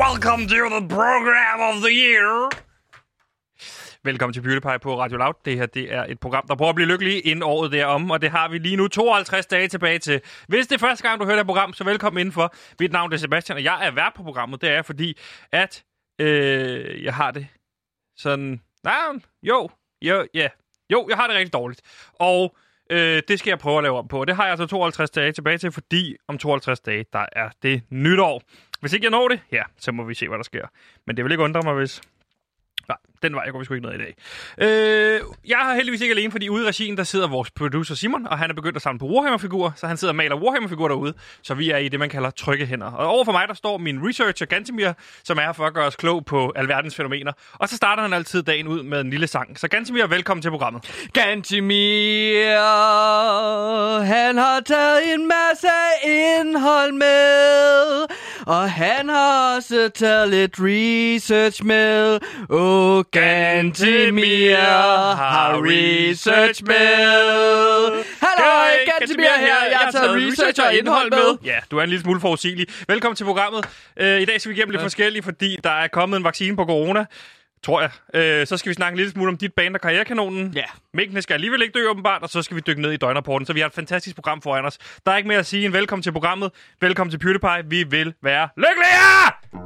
Welcome to the program of the year. Velkommen til PewDiePie på Radio Loud. Det her det er et program, der prøver at blive lykkelig inden året derom, og det har vi lige nu 52 dage tilbage til. Hvis det er første gang, du hører det her program, så velkommen indenfor. Mit navn er Sebastian, og jeg er vært på programmet. Det er fordi, at jeg har det sådan... Jo, jeg har det rigtig dårligt. Og det skal jeg prøve at lave om på. Det har jeg altså 52 dage tilbage til, fordi om 52 dage, der er det nytår. Hvis ikke jeg når det, ja, så må vi se, hvad der sker. Men det vil ikke undre mig, hvis... Nej, den vej går vi sgu ikke ned i dag. Jeg har heldigvis ikke alene, fordi ude i regien, der sidder vores producer Simon, og han er begyndt at samle på Warhammer-figurer, så han sidder og maler Warhammer-figurer derude, så vi er i det, man kalder trygge hænder. Og overfor mig, der står min researcher Gantemir, som er her for at gøre os klog på alverdens fænomener. Og så starter han altid dagen ud med en lille sang. Så Gantemir, velkommen til programmet. Gantemir, han har taget en masse indhold med, og han har også taget lidt research med. Gantemir har research med. Hallo, Gantemir her. Jeg har taget research og indhold med. Ja, du er en lille smule forudsigelig. Velkommen til programmet. I dag skal vi igennem lidt forskelligt, fordi der er kommet en vaccine på corona. Tror jeg. Så skal vi snakke en lille smule om dit band og karrierekanonen. Ja. Minkene skal alligevel ikke dø åbenbart, og så skal vi dykke ned i døgnrapporten. Så vi har et fantastisk program foran os. Der er ikke mere at sige end velkommen til programmet. Velkommen til PewDiePie. Vi vil være lykkelige!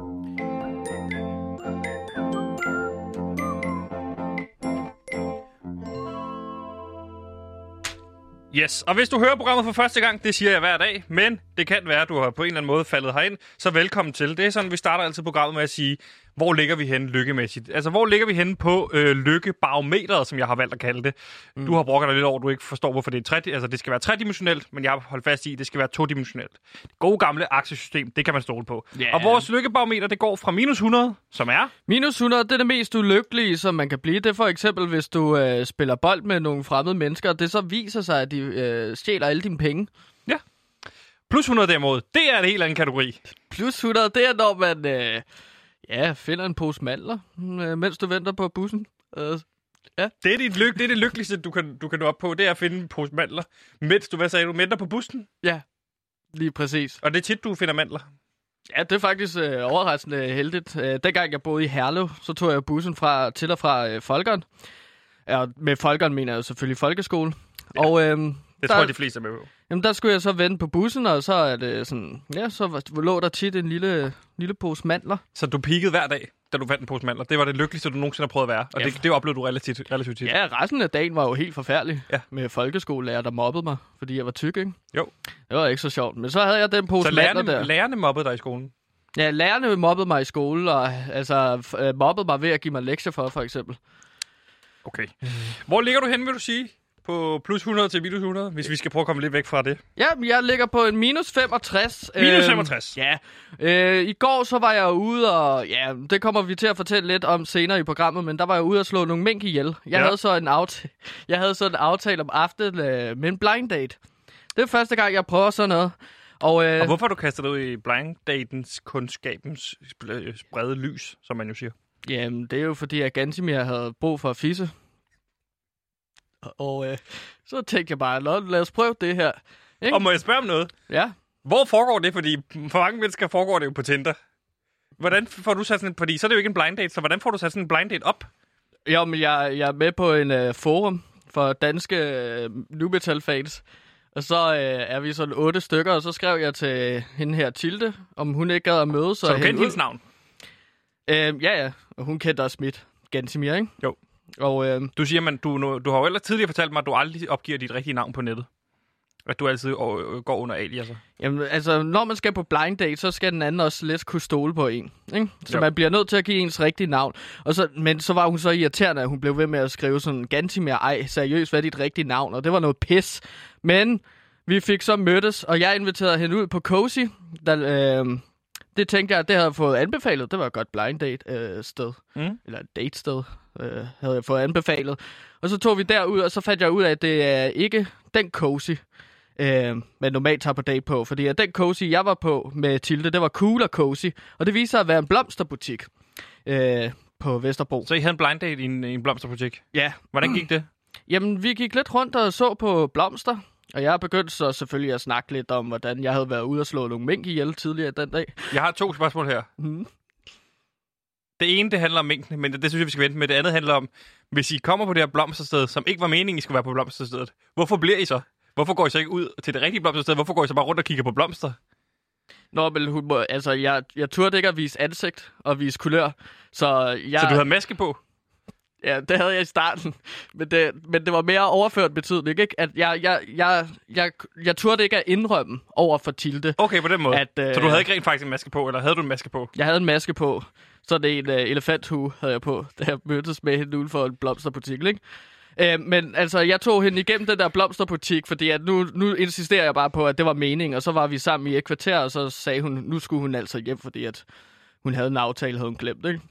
Yes, og hvis du hører programmet for første gang, det siger jeg hver dag, men det kan være, at du har på en eller anden måde faldet herind, så velkommen til. Det er sådan, vi starter altid programmet med at sige, hvor ligger vi henne lykkemæssigt? Altså, hvor ligger vi henne på lykkebarometeret, som jeg har valgt at kalde det? Du har brugt dig lidt over, du ikke forstår, hvorfor det er det skal være tredimensionelt, men jeg har holdt fast i, at det skal være todimensionelt. Det gode gamle aksesystem, det kan man stole på. Yeah. Og vores lykkebarometer, det går fra minus 100, som er... Minus 100, det er det mest ulykkelige, som man kan blive. Det er for eksempel, hvis du spiller bold med nogle fremmede mennesker, og det så viser sig, at de stjæler alle dine penge. Ja. Plus 100 derimod, det er en helt anden kategori. Plus 100, det er, når man... finder en pose mandler, mens du venter på bussen. Ja. Det er det lykkeligste, du kan nå op på, det er at finde en pose mandler, mens du, hvad sagde du, venter på bussen? Ja, lige præcis. Og det er tit, du finder mandler? Ja, det er faktisk overraskende heldigt. Dengang jeg boede i Herlev, så tog jeg bussen til og fra Folkeren. Ja, med Folkeren mener jeg selvfølgelig folkeskole. Ja. Og det tror jeg, de fleste er med på. Jamen, der skulle jeg så vente på bussen, og så er det sådan... Ja, så lå der tit en lille pose mandler. Så du peakede hver dag, da du fandt en pose mandler? Det var det lykkeligste, du nogensinde har prøvet at være? Og det oplevede du relativt tit? Ja, resten af dagen var jo helt forfærdelig. Ja. Med folkeskolelærer, der mobbede mig, fordi jeg var tyk, ikke? Jo. Det var ikke så sjovt. Men så havde jeg den pose mandler der. Så lærerne mobbede dig i skolen? Ja, lærerne mobbede mig i skole, og mobbede mig ved at give mig lektier for eksempel. Okay. Hvor ligger du hen, vil du sige? På plus 100 til minus 100, hvis vi skal prøve at komme lidt væk fra det. Ja, jeg ligger på en minus 65. Minus 65? Ja. I går så var jeg ude, og ja, det kommer vi til at fortælle lidt om senere i programmet, men der var jeg ude og slå nogle mink ihjel. Jeg havde så en aftale om aftenen med en blind date. Det er første gang, jeg prøver sådan noget. Og hvorfor du kaster dig ud i blind datens kundskabens brede lys, som man jo siger? Jamen, det er jo fordi, at Gantemir havde brug for at fisse. Og så tænkte jeg bare, lad os prøve det her. Ikke? Og må jeg spørge om noget? Ja. Hvor foregår det? Fordi for mange mennesker foregår det jo på Tinder. Hvordan får du sat sådan en... Fordi så er det jo ikke en blind date, så hvordan får du sat sådan en blind date op? Jo, men jeg er med på en forum for danske nu metal fans. Og så er vi sådan 8 stykker, og så skrev jeg til hende her, Tilde, om hun ikke gad at møde. Så du kendte hendes navn? Ja. Og hun kendte også mit Gantemir, ikke? Jo. Og du siger, man, du har jo ellers tidligere fortalt mig, at du aldrig opgiver dit rigtige navn på nettet. At du altid går under aliaser. Jamen, altså, når man skal på blind date, så skal den anden også let kunne stole på en. Ikke? Så man bliver nødt til at give ens rigtige navn. Men så var hun så irriterende, at hun blev ved med at skrive sådan, Gantemir, seriøst, hvad er dit rigtige navn? Og det var noget pis. Men vi fik så mødtes, og jeg inviterede hende ud på Cozy. Det tænkte jeg, at det havde jeg fået anbefalet. Det var et godt blind date sted. Eller et date sted havde jeg fået anbefalet. Og så tog vi derud, og så fandt jeg ud af, at det er ikke den Cozy, man normalt tager på date på. Fordi at den Cozy, jeg var på med Tilde, det var Cool og Cozy. Og det viser sig at være en blomsterbutik på Vesterbro. Så I havde en blind date i en blomsterbutik? Ja. Hvordan gik det? Jamen, vi gik lidt rundt og så på blomster. Og jeg begyndte så selvfølgelig at snakke lidt om, hvordan jeg havde været ude og slå nogle mink ihjel tidligere den dag. Jeg har 2 spørgsmål her. Det ene, det handler om mængden, men det synes jeg, vi skal vente med. Det andet handler om, hvis I kommer på det her blomstersted, som ikke var meningen, I skulle være på blomsterstedet, hvorfor bliver I så? Hvorfor går I så ikke ud til det rigtige blomstersted? Hvorfor går I så bare rundt og kigger på blomster? Nå, men jeg turde ikke at vise ansigt og vise kulør, så du havde maske på? Ja, det havde jeg i starten, men det var mere overført betydning, ikke? At jeg turde ikke at indrømme over for Tilde. Okay, på den måde. Så du havde ikke rent faktisk en maske på, eller havde du en maske på? Jeg havde en maske på. Sådan en elefanthue havde jeg på, da jeg mødtes med hende uden for en blomsterbutik, ikke? Men altså, jeg tog hende igennem den der blomsterbutik, fordi at nu insisterer jeg bare på, at det var meningen, og så var vi sammen i et kvarter, og så sagde hun, nu skulle hun altså hjem, fordi at hun havde en aftale, havde hun glemt, ikke?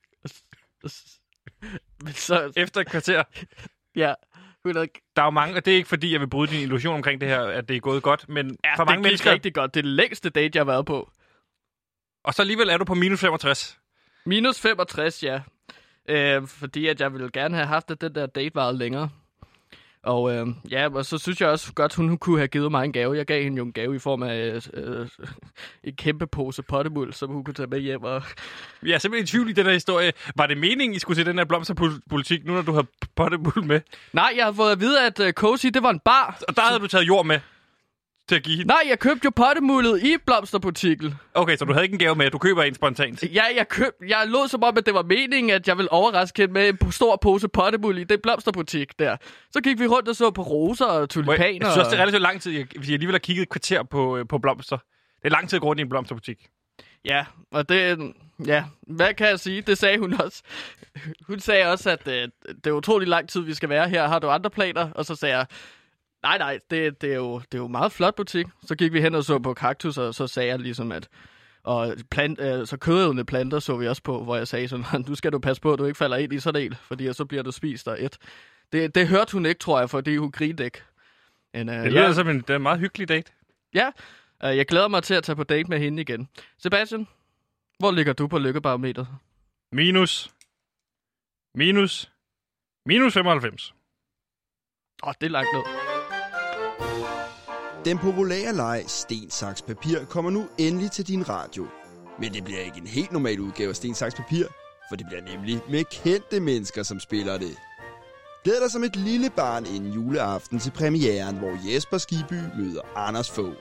Men så, efter et kvarter? Ja. Der er jo mange, og det er ikke fordi, jeg vil bryde din illusion omkring det her, at det er gået godt, men ja, for mange mennesker... det rigtig godt. Det er det længste date, jeg har været på. Og så alligevel er du på minus 65? Minus 65, ja. Fordi at jeg ville gerne have haft, at den der date varede længere. Og og så synes jeg også godt, hun kunne have givet mig en gave. Jeg gav hende jo en gave i form af en kæmpe pose pottemuld, som hun kunne tage med hjem. Og... Jeg er simpelthen i tvivl i den her historie. Var det meningen, I skulle se den her blomsterpolitik, nu når du har pottemuld med? Nej, jeg har fået at vide, at Cozy, det var en bar. Og der havde du taget jord med til at give hende? Nej, jeg købte jo pottemuldet i blomsterbutikken. Okay, så du havde ikke en gave med, du køber en spontant? Ja, jeg lod som om, at det var meningen, at jeg ville overraske hende med en stor pose pottemuld i den blomsterbutik der. Så gik vi rundt og så på roser og tulipaner. Jeg synes også, det er relativt lang tid, hvis jeg alligevel har kigget et kvarter på blomster. Det er lang tid at gå rundt i en blomsterbutik. Ja, og det... Ja, hvad kan jeg sige? Det sagde hun også. Hun sagde også, at det er utrolig lang tid, vi skal være her. Har du andre planer? Og så sagde jeg... Nej, det er jo meget flot butik. Så gik vi hen og så på kaktus, og så sagde jeg ligesom, at... Og så kødædende planter så vi også på, hvor jeg sagde sådan, nu skal du passe på, at du ikke falder ind i sådan en, fordi så bliver du spist af et. Det hørte hun ikke, tror jeg, fordi hun grinte ikke. Det lyder som en meget hyggelig date. Ja, jeg glæder mig til at tage på date med hende igen. Sebastian, hvor ligger du på lykkebarometeret? Minus 95. Det er langt ned. Den populære leg Sten, Saks, Papir kommer nu endelig til din radio. Men det bliver ikke en helt normal udgave af Sten, Saks, Papir, for det bliver nemlig med kendte mennesker, som spiller det. Glæd dig som et lille barn inden juleaften til premieren, hvor Jesper Skibby møder Anders Fogh.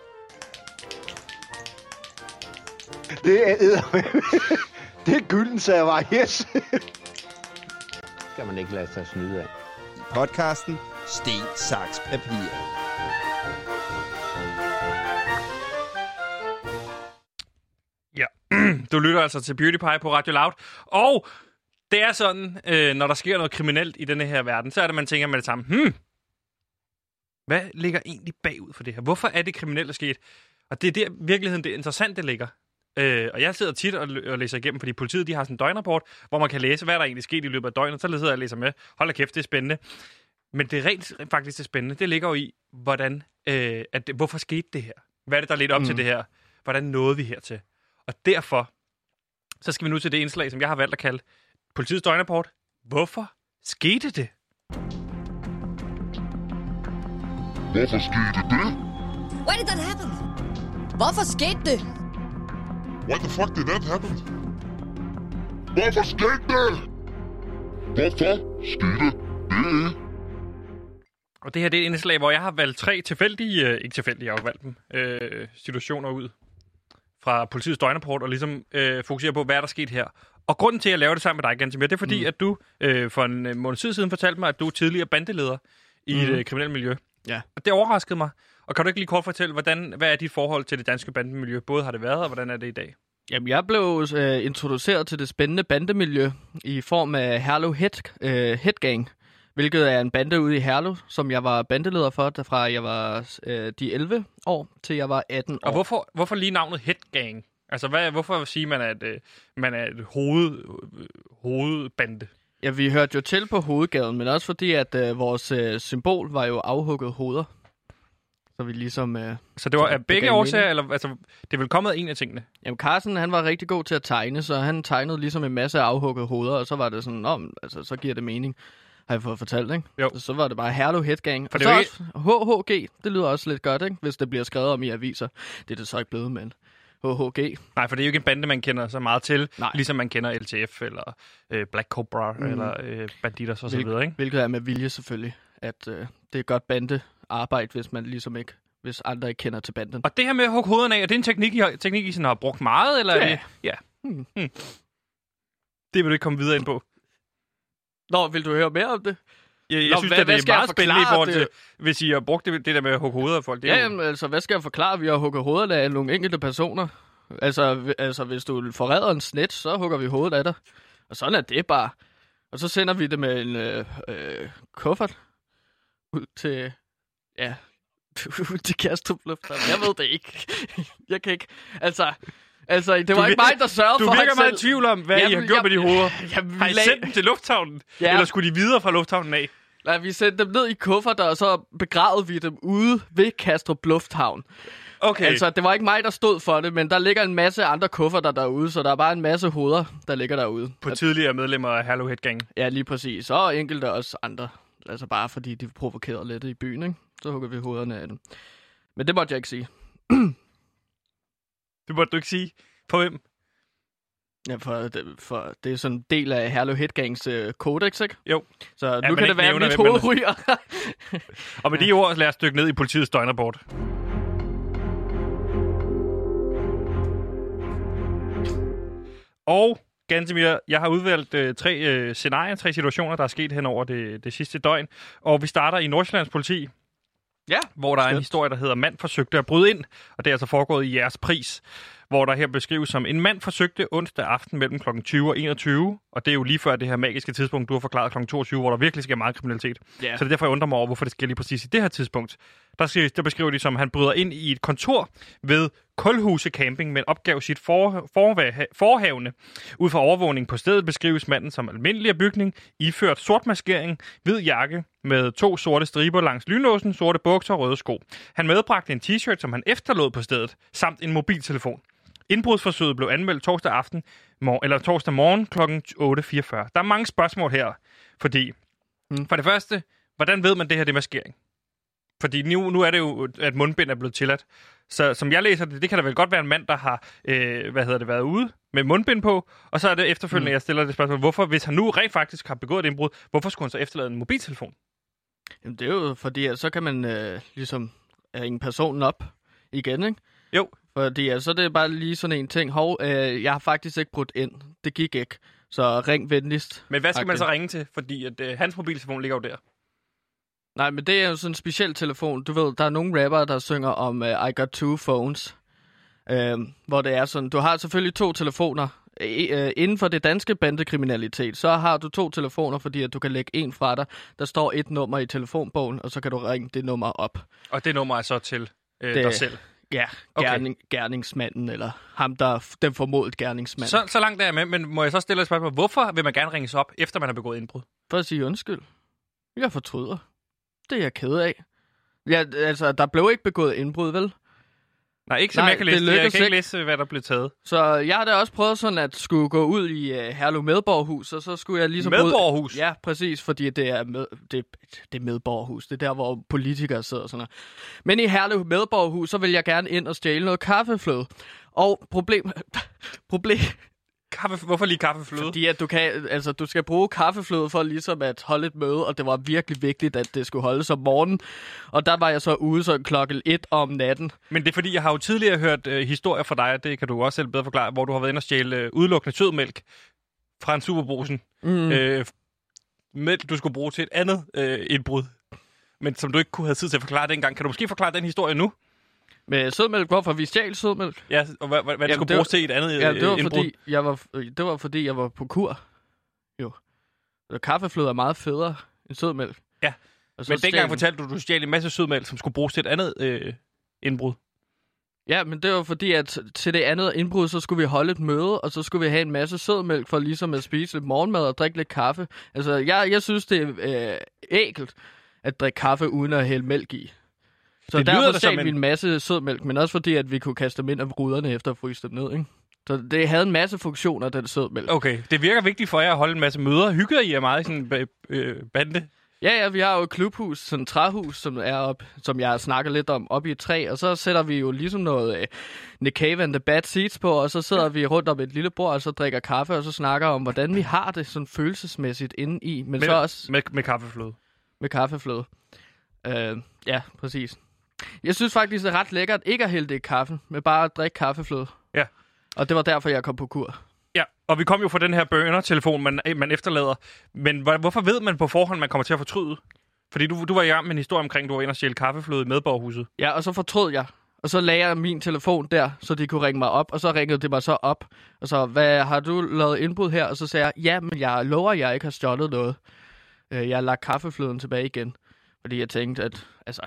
Det er det er gylden, sagde jeg, yes. Kan man ikke lade sig snyde af. I podcasten Sten, Saks, Papir. Ja, du lytter altså til Beauty Pie på Radio Loud. Og det er sådan, når der sker noget kriminelt i denne her verden, så er det, man tænker med det samme. Hvad ligger egentlig bagud for det her? Hvorfor er det kriminelt sket? Og det er der virkeligheden, det interessante ligger. Og jeg sidder tit og læser igennem, fordi politiet de har sådan en døgnrapport, hvor man kan læse, hvad der egentlig skete i løbet af døgnet. Så sidder jeg og læser med. Hold da kæft, det er spændende. Men det er rent faktisk det spændende. Det ligger jo i, hvorfor skete det her? Hvad er det, der ledte op til det her? Hvordan nåede vi hertil? Og derfor, så skal vi nu til det indslag, som jeg har valgt at kalde politiets døgnrapport. Hvorfor skete det? Hvorfor skete det? Why did that happen? Hvorfor skete det? Why the fuck did that happen? Hvorfor skete det? Hvorfor skete det? Og det her det er et indslag, hvor jeg har valgt 3 tilfældige, ikke tilfældige, jeg har valgt dem, situationer ud fra politiets døgnrapport og ligesom fokuserer på, hvad er der sket her. Og grunden til, at jeg laver det sammen med dig, Gantemir, det er fordi, at du for en måned siden fortalte mig, at du er tidligere bandeleder i et kriminelt miljø. Ja. Og det overraskede mig. Og kan du ikke lige kort fortælle, hvad er dit forhold til det danske bandemiljø? Både har det været, og hvordan er det i dag? Jamen, jeg blev introduceret til det spændende bandemiljø i form af Herlev Headgang, hvilket er en bande ude i Herlev, som jeg var bandeleder for, derfra jeg var de 11 år, til jeg var 18 år. Og hvorfor lige navnet Headgang? Altså, hvorfor siger man, at man er et hovedbande? Ja, vi hørte jo til på hovedgaden, men også fordi, at vores symbol var jo afhugget hoveder. Så vi ligesom... så det var af begge årsager, eller altså, det er vel kommet af en af tingene? Jamen, Carsten, han var rigtig god til at tegne, så han tegnede ligesom en masse afhuggede hoveder, og så var det sådan, så giver det mening, har jeg fået fortalt, ikke? Jo. Så var det bare Herlev Headgang. For og så også HHG, det lyder også lidt godt, ikke? Hvis det bliver skrevet om i aviser. Det er det så ikke blevet, men HHG. Nej, for det er jo ikke en bande, man kender så meget til, Nej. ligesom man kender LTF eller Black Cobra eller Bandidos og så videre, ikke? Hvilket er med vilje selvfølgelig, at det er godt bandearbejde, hvis man ligesom ikke, hvis andre ikke kender til banden. Og det her med at hugge hovederne af, er det en teknik, I sådan har brugt meget, eller Ja. er det? Ja. Det vil du ikke komme videre ind på. Nå, vil du høre mere om det? Jeg synes, at det er meget spændende i forhold til, hvis I har brugt det der med at hugge hovedet af folk. Det er Ja, jo... jamen, altså, hvad skal jeg forklare? Vi har hugget hovedet af nogle enkelte personer. Altså, hvis du forræder en snit, så hugger vi hovedet af dig. Og sådan er det bare. Og så sender vi det med en kuffert ud til, ja, ud til Kastrup Lufthavn. Jeg ved det ikke. Jeg kan ikke, altså, det var ikke mig, der sørgede for Du virker at meget i tvivl om, hvad I har gjort med de hoveder. Har I sendt dem til lufthavnen? Ja. Eller skulle de videre fra lufthavnen af? Nej, vi sendte dem ned i kufferter, og så begravede vi dem ude ved Kastrup Lufthavn. Okay. Altså, det var ikke mig, der stod for det, men der ligger en masse andre kufferter derude, så der er bare en masse hoveder, der ligger derude. På tidligere medlemmer af Hello Head-gangen. Ja, lige præcis. Og enkelte også andre. Altså bare fordi de provokerede lidt i byen, ikke? Så hugger vi hovederne af dem. Men det måtte jeg ikke sige. Det måtte du ikke sige. For hvem? Ja, for det er sådan en del af Hello Head-gangs kodex, ikke? Jo. Så Ja, nu man kan det ikke være, at nævner, mit hvem man hoved ryger. Og med de ord, lad os dykke ned i politiets døgnrapport. Og Gantemir, jeg har udvalgt tre scenarier, 3 situationer, der er sket hen over det sidste døgn. Og vi starter i Nordsjællands politi, Ja. hvor der er en historie, der hedder "Mand forsøgte at bryde ind", og det er altså foregået i Jeres Pris, hvor der her beskrives som: en mand forsøgte onsdag aften mellem kl. 20 og 21, og det er jo lige før det her magiske tidspunkt, du har forklaret, kl. 22, hvor der virkelig sker meget kriminalitet. Ja. Så det er derfor, jeg undrer mig over, hvorfor det sker lige præcis i det her tidspunkt. Der beskriver de som, han bryder ind i et kontor ved Kulhuse Camping, men opgav sit forhavne. Ud fra overvågning på stedet beskrives manden som almindelig af bygning, iført sort maskering, hvid jakke med 2 sorte striber langs lynlåsen, sorte bukser og røde sko. Han medbragte en t-shirt, som han efterlod på stedet, samt en mobiltelefon. Indbrudsforsøget blev anmeldt torsdag morgen kl. 8.44. Der er mange spørgsmål her, fordi for det første, hvordan ved man det her, det er maskering? Fordi nu er det jo, at mundbind er blevet tilladt. Så som jeg læser det kan da vel godt være en mand, der har været ude med mundbind på, og så er det efterfølgende, jeg stiller det spørgsmål, hvorfor, hvis han nu rent faktisk har begået et indbrud, hvorfor skulle han så efterlade en mobiltelefon? Jamen, det er jo fordi, at så kan man ligesom ringe personen op igen, ikke? Jo. Fordi så er det bare lige sådan en ting. Jeg har faktisk ikke brudt ind. Det gik ikke. Så ring venligst. Men hvad skal man så ringe til? Fordi at, hans mobiltelefon ligger jo der. Nej, men det er jo sådan en speciel telefon. Du ved, der er nogle rappere, der synger om I got 2 phones. Hvor det er sådan, du har selvfølgelig 2 telefoner. Inden for det danske bandekriminalitet, så har du 2 telefoner, fordi at du kan lægge en fra dig. Der står et nummer i telefonbogen, og så kan du ringe det nummer op. Og det nummer er så til dig selv? Ja, Okay. gerningsmanden, eller ham, der er den formodet gerningsmand. Så langt er jeg med, men må jeg så stille et spørgsmål? Hvorfor vil man gerne ringes op, efter man har begået indbrud? For at sige undskyld. Jeg fortryder. Det er jeg ked af. Ja, altså, der blev ikke begået indbrud, vel? Nej, ikke som jeg kan læse. Jeg kan ikke ikke læse, hvad der blev taget. Så jeg har da også prøvet sådan at skulle gå ud i Herlev Medborgerhus, og så skulle jeg ligesom... Medborgerhus? Ja, præcis, fordi det er Medborgerhus. Det er der, hvor politikere sidder og sådan noget. Men i Herlev Medborgerhus, så vil jeg gerne ind og stjæle noget kaffefløde. Og problem... Hvorfor lige kaffefløde? Fordi at du skal bruge kaffefløde for ligesom at holde et møde, og det var virkelig vigtigt, at det skulle holdes om morgenen. Og der var jeg så ude så klokken 1 om natten. Men det er fordi, jeg har jo tidligere hørt historier fra dig, det kan du også selv bedre forklare, hvor du har været inde og stjæle udelukkende sødmælk fra en Superbrugsen. Mælk, du skulle bruge til et andet indbrud, men som du ikke kunne have tid til at forklare dengang. Kan du måske forklare den historie nu? Med sødmælk? Hvorfor vi stjal sødmælk? Ja, og hvad det skulle bruges til i et andet indbrud? Det var fordi, jeg var på kur. Jo. Kaffefløde er meget federe end sødmælk. Ja, men dengang fortalte du stjal en masse sødmælk, som skulle bruges til et andet indbrud. Ja, men det var fordi, at til det andet indbrud, så skulle vi holde et møde, og så skulle vi have en masse sødmælk for ligesom at spise lidt morgenmad og drikke lidt kaffe. Altså, jeg synes, det er ækelt at drikke kaffe uden at hælde mælk i. Så det derfor stjal vi en masse sødmælk, men også fordi, at vi kunne kaste dem ind af ruderne efter at fryse dem ned, ikke? Så det havde en masse funktioner, den sødmælk. Okay, det virker vigtigt for jer at holde en masse møder. Hygger I jer meget i sådan en bande? Ja, vi har jo et klubhus, sådan et træhus, som er op, som jeg snakker lidt om, op i et træ, og så sætter vi jo ligesom noget Nick Cave and the Bad Seeds på, og så sidder vi rundt om et lille bord, og så drikker kaffe, og så snakker om, hvordan vi har det sådan følelsesmæssigt inde i, men så også... Med kaffefløde. Med kaffefløde. Ja, præcis. Jeg synes faktisk, det er ret lækkert ikke at hælde det i kaffen, men bare at drikke kaffefløde. Ja. Og det var derfor, jeg kom på kur. Ja, og vi kom jo fra den her burner-telefon, man efterlader. Men hvorfor ved man på forhånd, man kommer til at fortryde? Fordi du var i gang med en historie omkring, du var inde og stjæle kaffefløde i Medborgerhuset. Ja, og så fortrød jeg. Og så lagde jeg min telefon der, så de kunne ringe mig op. Og så ringede det mig så op. Og så, hvad har du lavet indbrud her? Og så sagde jeg, ja, men jeg lover, at jeg ikke har stjålet noget. Jeg har lagt kaffefløden tilbage igen. Fordi jeg tænkte, at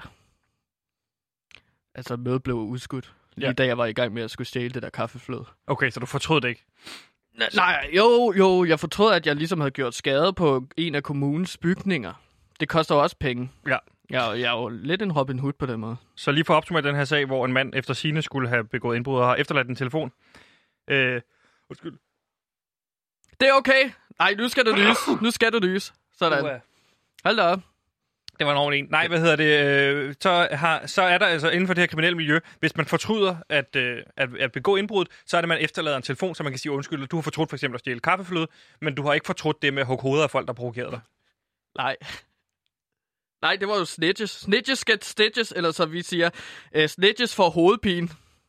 mødet blev udskudt. Lige da jeg var i gang med at skulle stjæle det der kaffefløde. Okay, så du fortrød det ikke? Nej, jo, jeg fortrød, at jeg ligesom havde gjort skade på en af kommunens bygninger. Det koster jo også penge. Ja. Jeg er jo lidt en Robin Hood på den måde. Så lige for at opsummere den her sag, hvor en mand efter sigende skulle have begået indbrud og har efterladt en telefon. Undskyld. Det er okay. Nej, nu skal du lyse. Sådan. Hold da op. Det var en ordentlig en. Nej, hvad hedder det? Så er der altså inden for det her kriminelle miljø, hvis man fortryder at begå indbrud, så er det, man efterlader en telefon, så man kan sige undskyld. Du har fortrudt for eksempel at stjæle kaffefløde, men du har ikke fortrudt det med at hugge hovedet af folk, der provokerede dig. Nej, det var jo snitches. Snitches get stitches, eller så vi siger, snitches for hovedpine.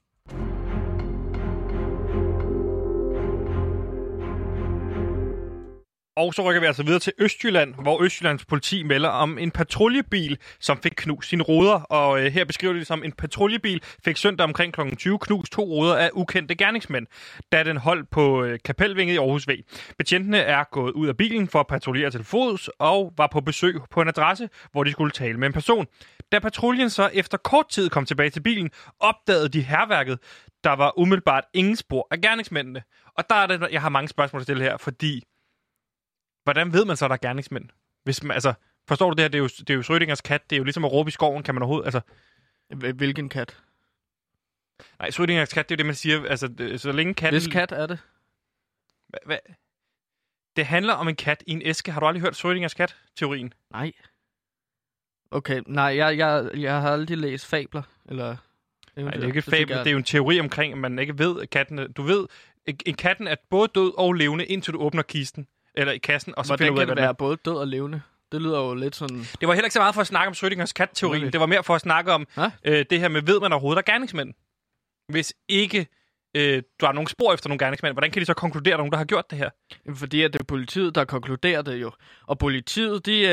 Og så rykker vi altså videre til Østjylland, hvor Østjyllands politi melder om en patruljebil, som fik knust sine ruder. Og her beskriver de det som, en patruljebil fik søndag omkring kl. 20 knust 2 ruder af ukendte gerningsmænd, da den holdt på Kapelvænget i Aarhus V. Betjentene er gået ud af bilen for at patruljere til fods og var på besøg på en adresse, hvor de skulle tale med en person. Da patruljen så efter kort tid kom tilbage til bilen, opdagede de hærværket. Der var umiddelbart ingen spor af gerningsmændene. Og der er det, jeg har mange spørgsmål at stille her, fordi... Hvordan ved man så, der er gerningsmænd? Hvis man, altså, forstår du det her? Det er jo Schrödingers kat. Det er jo ligesom at råbe i skoven, kan man overhovedet... Altså... Hvilken kat? Nej, Schrödingers kat, det er det, man siger. Altså, så længe katten... Hvis kat er det? Hvad? Det handler om en kat i en æske. Har du aldrig hørt Schrödingers kat-teorien? Nej. Okay, nej, jeg har aldrig læst fabler, eller... Nej, det er ikke et fabel. Det er jo en teori omkring, at man ikke ved, at katten... Du ved, en katten er både død og levende, indtil du åbner kisten. Eller i kassen, og så hvordan finder ud af, kan det være både død og levende? Det lyder jo lidt sådan... Det var heller ikke så meget for at snakke om Schrödingers kat-teorien. Det var mere for at snakke om det her med, ved man overhovedet, der er gerningsmænd? Hvis ikke du har nogle spor efter nogle gerningsmænd, hvordan kan de så konkludere, at nogen, der har gjort det her? Fordi at det er politiet, der konkluderer det jo. Og politiet, de...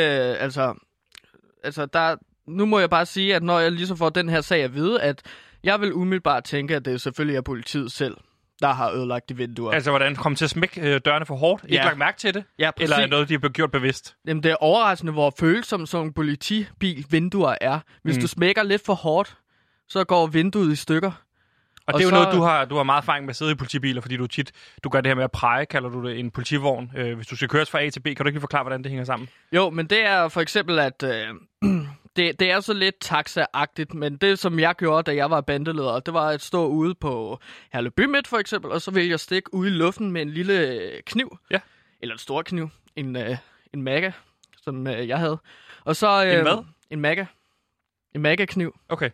der... Nu må jeg bare sige, at når jeg ligesom får den her sag at vide, at jeg vil umiddelbart tænke, at det selvfølgelig er politiet selv, der har ødelagt de vinduer. Altså, hvordan kom til at smække dørene for hårdt? Ikke lagt mærke til det? Ja, præcis. Eller er noget, de har gjort bevidst? Jamen, det er overraskende, hvor følsomme sådan en politibil vinduer er. Hvis du smækker lidt for hårdt, så går vinduet i stykker. Og det er jo noget, du har meget erfaring med at sidde i politibiler, fordi du gør det her med at præge, kalder du det, en politivogn. Hvis du skal køres fra A til B, kan du ikke lige forklare, hvordan det hænger sammen? Jo, men det er for eksempel, at... Det er så lidt taxa-agtigt, men det, som jeg gjorde, da jeg var bandeleder, det var at stå ude på Herlev Bymidt for eksempel, og så ville jeg stikke ude i luften med en lille kniv. Ja. Eller en stor kniv. En maga, som jeg havde. Og så, en hvad? En maga. En maga-kniv. Okay.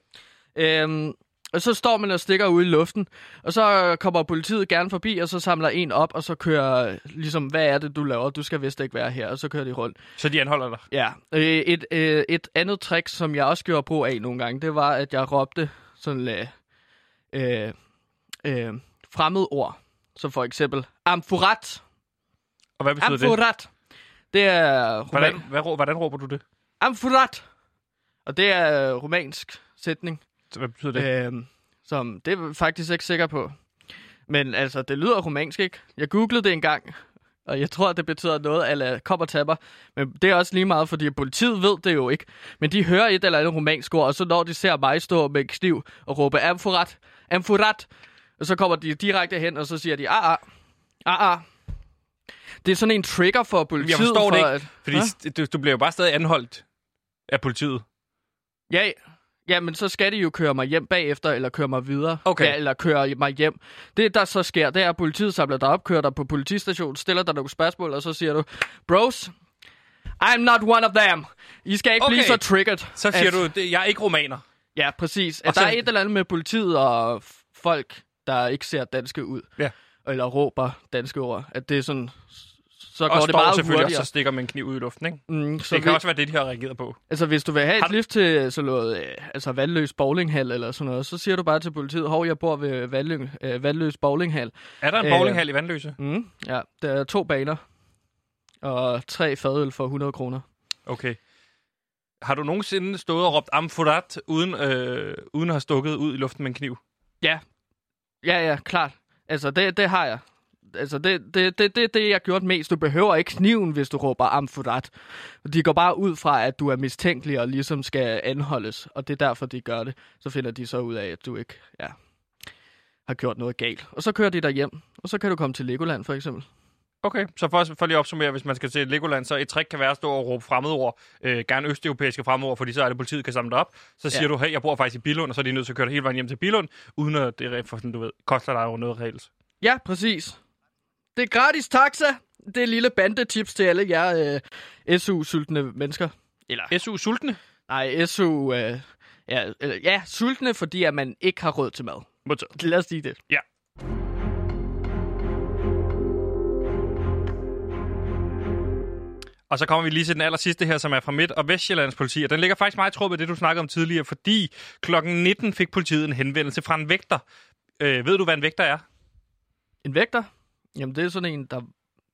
Og så står man og stikker ude i luften, og så kommer politiet gerne forbi, og så samler en op, og så kører ligesom, hvad er det, du laver? Du skal vist ikke være her, og så kører de rundt. Så de anholder dig? Ja. Et andet trick, som jeg også gjorde brug af nogle gange, det var, at jeg råbte sådan fremmede ord. Så for eksempel, amfurat. Og hvad betyder amfurat. Det er hvordan råber du det? Amfurat. Og det er romansk sætning. Så hvad betyder det? Det er jeg faktisk ikke sikker på. Men altså, det lyder romansk, ikke? Jeg googlede det engang, og jeg tror, det betyder noget ala kop og tapper. Men det er også lige meget, fordi politiet ved det jo ikke. Men de hører et eller andet romansk ord, og så når de ser mig stå med en kniv og råbe amfurat, amfurat, og så kommer de direkte hen, og så siger de, Det er sådan en trigger for politiet. Jeg forstår det ikke, fordi du bliver jo bare stadig anholdt af politiet. Ja, men så skal de jo køre mig hjem bagefter, eller køre mig videre. Okay. Ja, eller køre mig hjem. Det, der så sker, det er, at politiet samler dig op, kører dig på politistationen, stiller dig nogle spørgsmål, og så siger du, bros, I'm not one of them. I skal ikke blive så triggered. Så siger du, jeg er ikke romaner. Ja, præcis. At der er et eller andet med politiet og folk, der ikke ser danske ud. Ja. Eller råber danske ord. At det er sådan... Så går det meget selvfølgelig hurtigere. Og så stikker man en kniv ud i luften, ikke? Så det kan også være det, de har reageret på. Altså, hvis du vil have et lift til sådan noget, vandløs bowlinghal eller sådan noget, så siger du bare til politiet, hov, jeg bor ved vandløs bowlinghal. Er der en bowlinghal i Vandløse? Ja, der er 2 baner og 3 fadøl for 100 kroner. Okay. Har du nogensinde stået og råbt amfurat, uden at have stukket ud i luften med en kniv? Ja, klart. Altså, det har jeg. Altså, det jeg har gjort mest. Du behøver ikke kniven, hvis du råber amfurat. De går bare ud fra, at du er mistænkelig og ligesom skal anholdes. Og det er derfor, de gør det. Så finder de så ud af, at du ikke har gjort noget galt. Og så kører de dig hjem. Og så kan du komme til Legoland, for eksempel. Okay, så for lige at opsummere, hvis man skal til Legoland, så et trick kan være at stå og råbe fremmedord, gerne østeuropæiske fremmedord, fordi så er det politiet kan samle det op. Så siger du, hey, jeg bor faktisk i Billund, og så er de nødt til at køre hele vejen hjem til Billund, uden at det for sådan, du ved, koster dig jo noget reelt. Ja, præcis. Det er gratis taxa. Det er lille bandetips til alle jer SU-sultne mennesker. Eller SU-sultne? Nej, SU... sultne, fordi at man ikke har råd til mad. Lad os sige det. Ja. Og så kommer vi lige til den aller sidste her, som er fra Midt- og Vestjyllands politi. Og den ligger faktisk meget i tråd med det, du snakkede om tidligere, fordi klokken 19 fik politiet en henvendelse fra en vægter. Ved du, hvad en vægter er? En vægter? Jamen, det er sådan en, der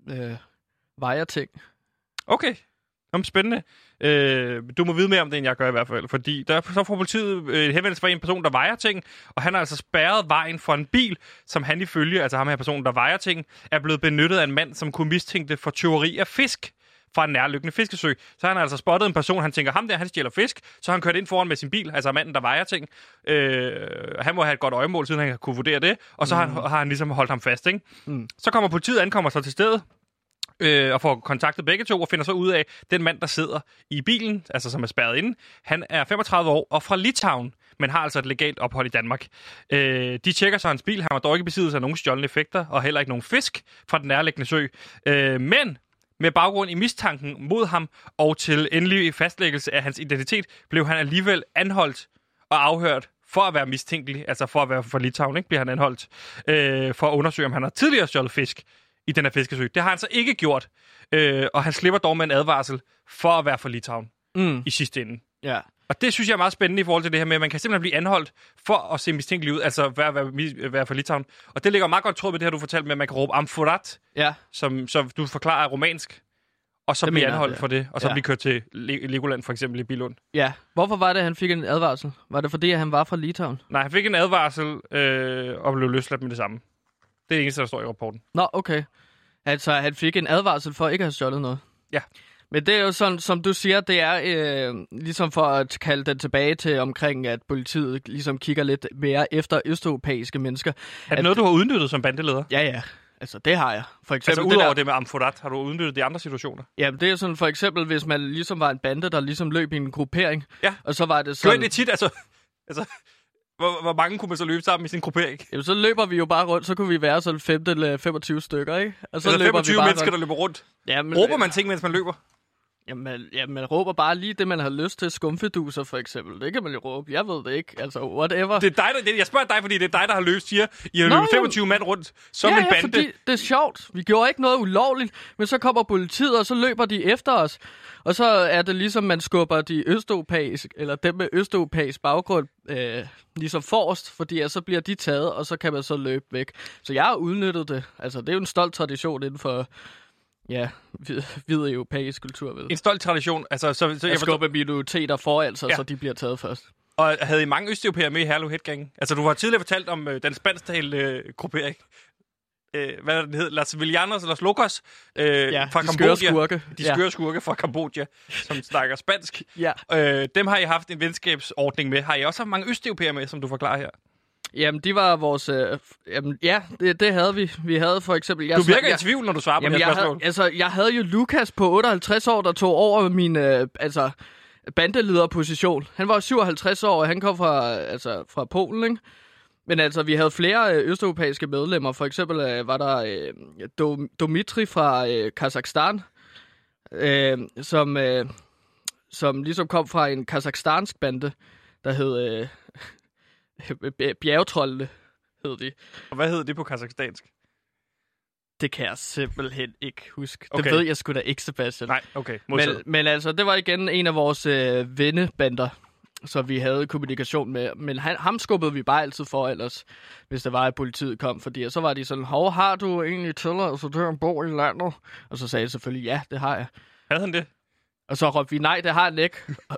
vejer ting. Okay. Spændende. Du må vide mere om det, end jeg gør i hvert fald. Fordi så får politiet henvendelse fra en person, der vejer ting, og han har altså spærret vejen for en bil, som han ifølge, altså ham her person, der vejer ting, er blevet benyttet af en mand, som kunne mistænke for tyveri af fisk fra en nærliggende fiskesø. Så han har altså spottet en person, han tænker, ham der, han stjæler fisk, så han kørt ind foran med sin bil, altså manden, der vejer ting. Han må have et godt øjemål, siden han kan kunne vurdere det, og så har han ligesom holdt ham fast, ikke? Så kommer politiet, ankommer så til stedet, og får kontaktet begge to, og finder så ud af, den mand, der sidder i bilen, altså som er spærret inde, han er 35 år og fra Litauen, men har altså et legalt ophold i Danmark. De tjekker så hans bil, han var dog ikke i besiddelse af nogen stjålne effekter, og heller ikke nogen fisk fra den nærliggende sø. Men med baggrund i mistanken mod ham, og til endelig fastlæggelse af hans identitet, blev han alligevel anholdt og afhørt for at være mistænkelig, altså for at være fra Litauen, ikke, bliver han anholdt, for at undersøge, om han har tidligere stjålet fisk i den her fiskesø. Det har han så ikke gjort, og han slipper dog med en advarsel for at være fra Litauen i sidste ende. Ja. Og det synes jeg er meget spændende i forhold til det her med, at man kan simpelthen blive anholdt for at se mistænkelig ud, altså være fra Litauen. Og det ligger meget godt tråd med det her, du fortalte med, at man kan råbe amfurat, som du forklarer er romansk, og så blive anholdt for det, og så blive kørt til Legoland for eksempel i Billund. Ja. Hvorfor var det, at han fik en advarsel? Var det fordi, at han var fra Litauen? Nej, han fik en advarsel og blev løsladt med det samme. Det er det eneste, der står i rapporten. Nå, okay. Altså, han fik en advarsel for ikke at have stjålet noget? Ja. Men det er jo sådan, som du siger, det er ligesom for at kalde det tilbage til omkring, at politiet ligesom kigger lidt mere efter østeuropæiske mennesker. Er det noget, du har udnyttet som bandeleder? Ja. Altså, det har jeg. For eksempel, altså, udover det med amfurat, har du udnyttet de andre situationer? Jamen, det er sådan for eksempel, hvis man ligesom var en bande, der ligesom løb i en gruppering. Ja. Og så var det sådan... Gør det tit, altså hvor mange kunne man så løbe sammen i sin gruppering? Jamen, så løber vi jo bare rundt, så kunne vi være sådan 5 eller 25 stykker, ikke? Og så altså løber 25 vi bare mennesker, der løber rundt? Jamen, råber man ting, mens man løber? Jamen, man råber bare lige det, man har lyst til. Skumfiduser, for eksempel. Det kan man jo råbe. Jeg ved det ikke. Altså, whatever. Det er dig, jeg spørger dig, fordi det er dig, der har løst, siger. I har løbet 25 mand rundt som en bande. Fordi det er sjovt. Vi gjorde ikke noget ulovligt, men så kommer politiet, og så løber de efter os. Og så er det ligesom, man skubber de østeuropæiske, eller dem med østeuropæisk baggrund, ligesom forrest, fordi så bliver de taget, og så kan man så løbe væk. Så jeg har udnyttet det. Altså, det er jo en stolt tradition inden for... Ja, hvid europæisk kultur, ved. En stolt tradition. Altså, så jeg skubber minoriteter foran sig, så de bliver taget først. Og havde I mange østeuropæere med i Herlev Headgang? Altså, du har tidligere fortalt om den spansktalende gruppering. Hvad den hed? Las Villanos eller Los Locos fra Kambodja. De skøre skurke fra Kambodja, som snakker spansk. Ja. Dem har I haft en venskabsordning med. Har I også haft mange østeuropæere med, som du forklarer her? Jamen, de var vores... det havde vi. Vi havde for eksempel... Du virker i tvivl, når du svarer på det her spørgsmål. Jeg havde jo Lukas på 58 år, der tog over min bandelederposition. Han var 57 år, og han kom fra Polen, ikke? Men altså, vi havde flere østeuropæiske medlemmer. For eksempel var der Domitri fra Kazakhstan. som ligesom kom fra en kazakhstansk bande, der hed Bjergetrollene, hed de. Og hvad hed det på kazakhstansk? Det kan jeg simpelthen ikke huske. Okay. Det ved jeg sgu da ikke, Sebastian. Nej, okay. Men altså, det var igen en af vores vennebander, så vi havde kommunikation med. Men ham skubbede vi bare altid for ellers, hvis der var, at politiet kom. Fordi så var de sådan, har du egentlig tilladelse til at bo i landet? Og så sagde jeg selvfølgelig, ja, det har jeg. Havde han det? Og så råbte vi, nej, det har han ikke.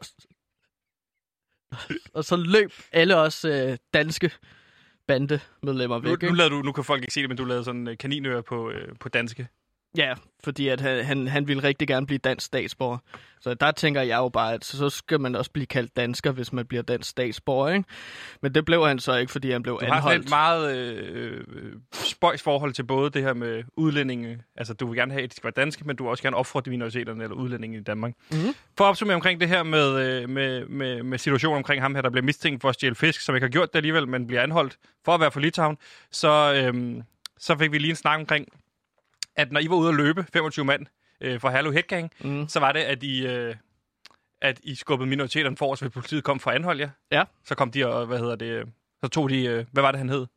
Og så løb alle os danske bandemedlemmer væk. Nu kan folk ikke se det, men du lavede sådan kaninører på danske. Ja, fordi at han ville rigtig gerne blive dansk statsborger. Så der tænker jeg jo bare, at så skal man også blive kaldt dansker, hvis man bliver dansk statsborger, ikke? Men det blev han så ikke, fordi han blev anholdt. Du har et meget spøjs forhold til både det her med udlændinge. Altså, du vil gerne have, at de skal være danske, men du vil også gerne opfordre minoriteterne eller udlændinge i Danmark. Mm-hmm. For at opsummere omkring det her med situationen omkring ham her, der bliver mistænkt for at stjæle fisk, som ikke har gjort det alligevel, men bliver anholdt for at være fra Litauen, så fik vi lige en snak omkring, at når I var ude at løbe, 25 mand fra Herlev Headgang, så var det, at I skubbede minoriteterne for os, ved politiet kom for at anholde jer. Ja. Så kom de og, så tog de, hvad var det, han hed?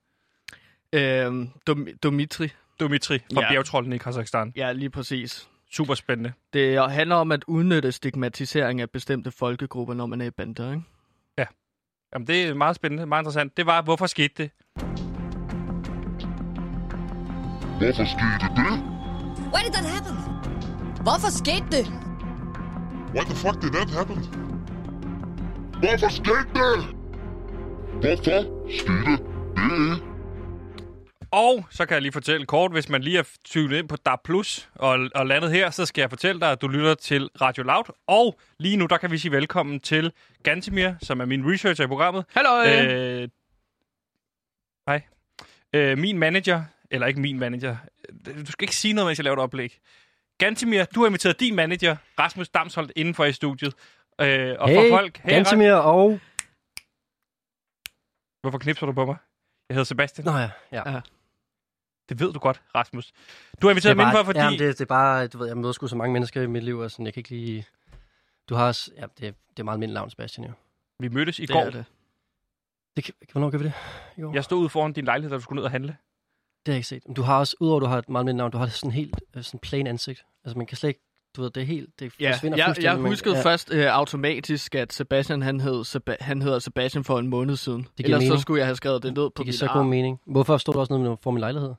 Dimitri. Dimitri fra Bjergetrollene i Kazakhstan. Ja, lige præcis. Super spændende. Det handler om at udnytte stigmatisering af bestemte folkegrupper, når man er i bander, ikke? Ja. Jamen, det er meget spændende, meget interessant. Det var, hvorfor skete det? Hvorfor skete det? Why did that happen? Hvorfor skete det? Why the fuck did that happen? Hvorfor skete det? Hvorfor skete det? Og så kan jeg lige fortælle kort, hvis man lige er tyvet ind på DAB+ og landet her, så skal jeg fortælle dig, at du lytter til Radio Loud. Og lige nu, der kan vi sige velkommen til Gantemir, som er min researcher i programmet. Hallo! Hej. Min manager, eller ikke min manager, du skal ikke sige noget, mens jeg laver et oplæg. Gantemir, du har inviteret din manager, Rasmus Damsholdt, indenfor i studiet. Og for folk... Hey, Gantemir og... Hvorfor knipser du på mig? Jeg hedder Sebastian. Nå ja. Det ved du godt, Rasmus. Du har inviteret mig indenfor, fordi... Ja, det er bare... Du ved, jeg møder sgu så mange mennesker i mit liv, og sådan, jeg kan ikke lige... Du har også... Ja, det er meget mindre navn, Sebastian, jo. Vi mødtes i går. Hvornår gør vi det? Jo. Jeg stod ude foran din lejlighed, da du skulle ned og handle. Det har jeg ikke set. Du har også, udover at du har et meget mindre navn, du har sådan helt sådan plain ansigt. Altså man kan slet ikke, du ved, det er helt, det forsvinder fuldstændig. Jeg huskede først automatisk, at Sebastian, han hedder Sebastian for en måned siden. Ellers så skulle jeg have skrevet det ned på min arm. Det giver så god mening. Hvorfor stod du også nede for min lejlighed?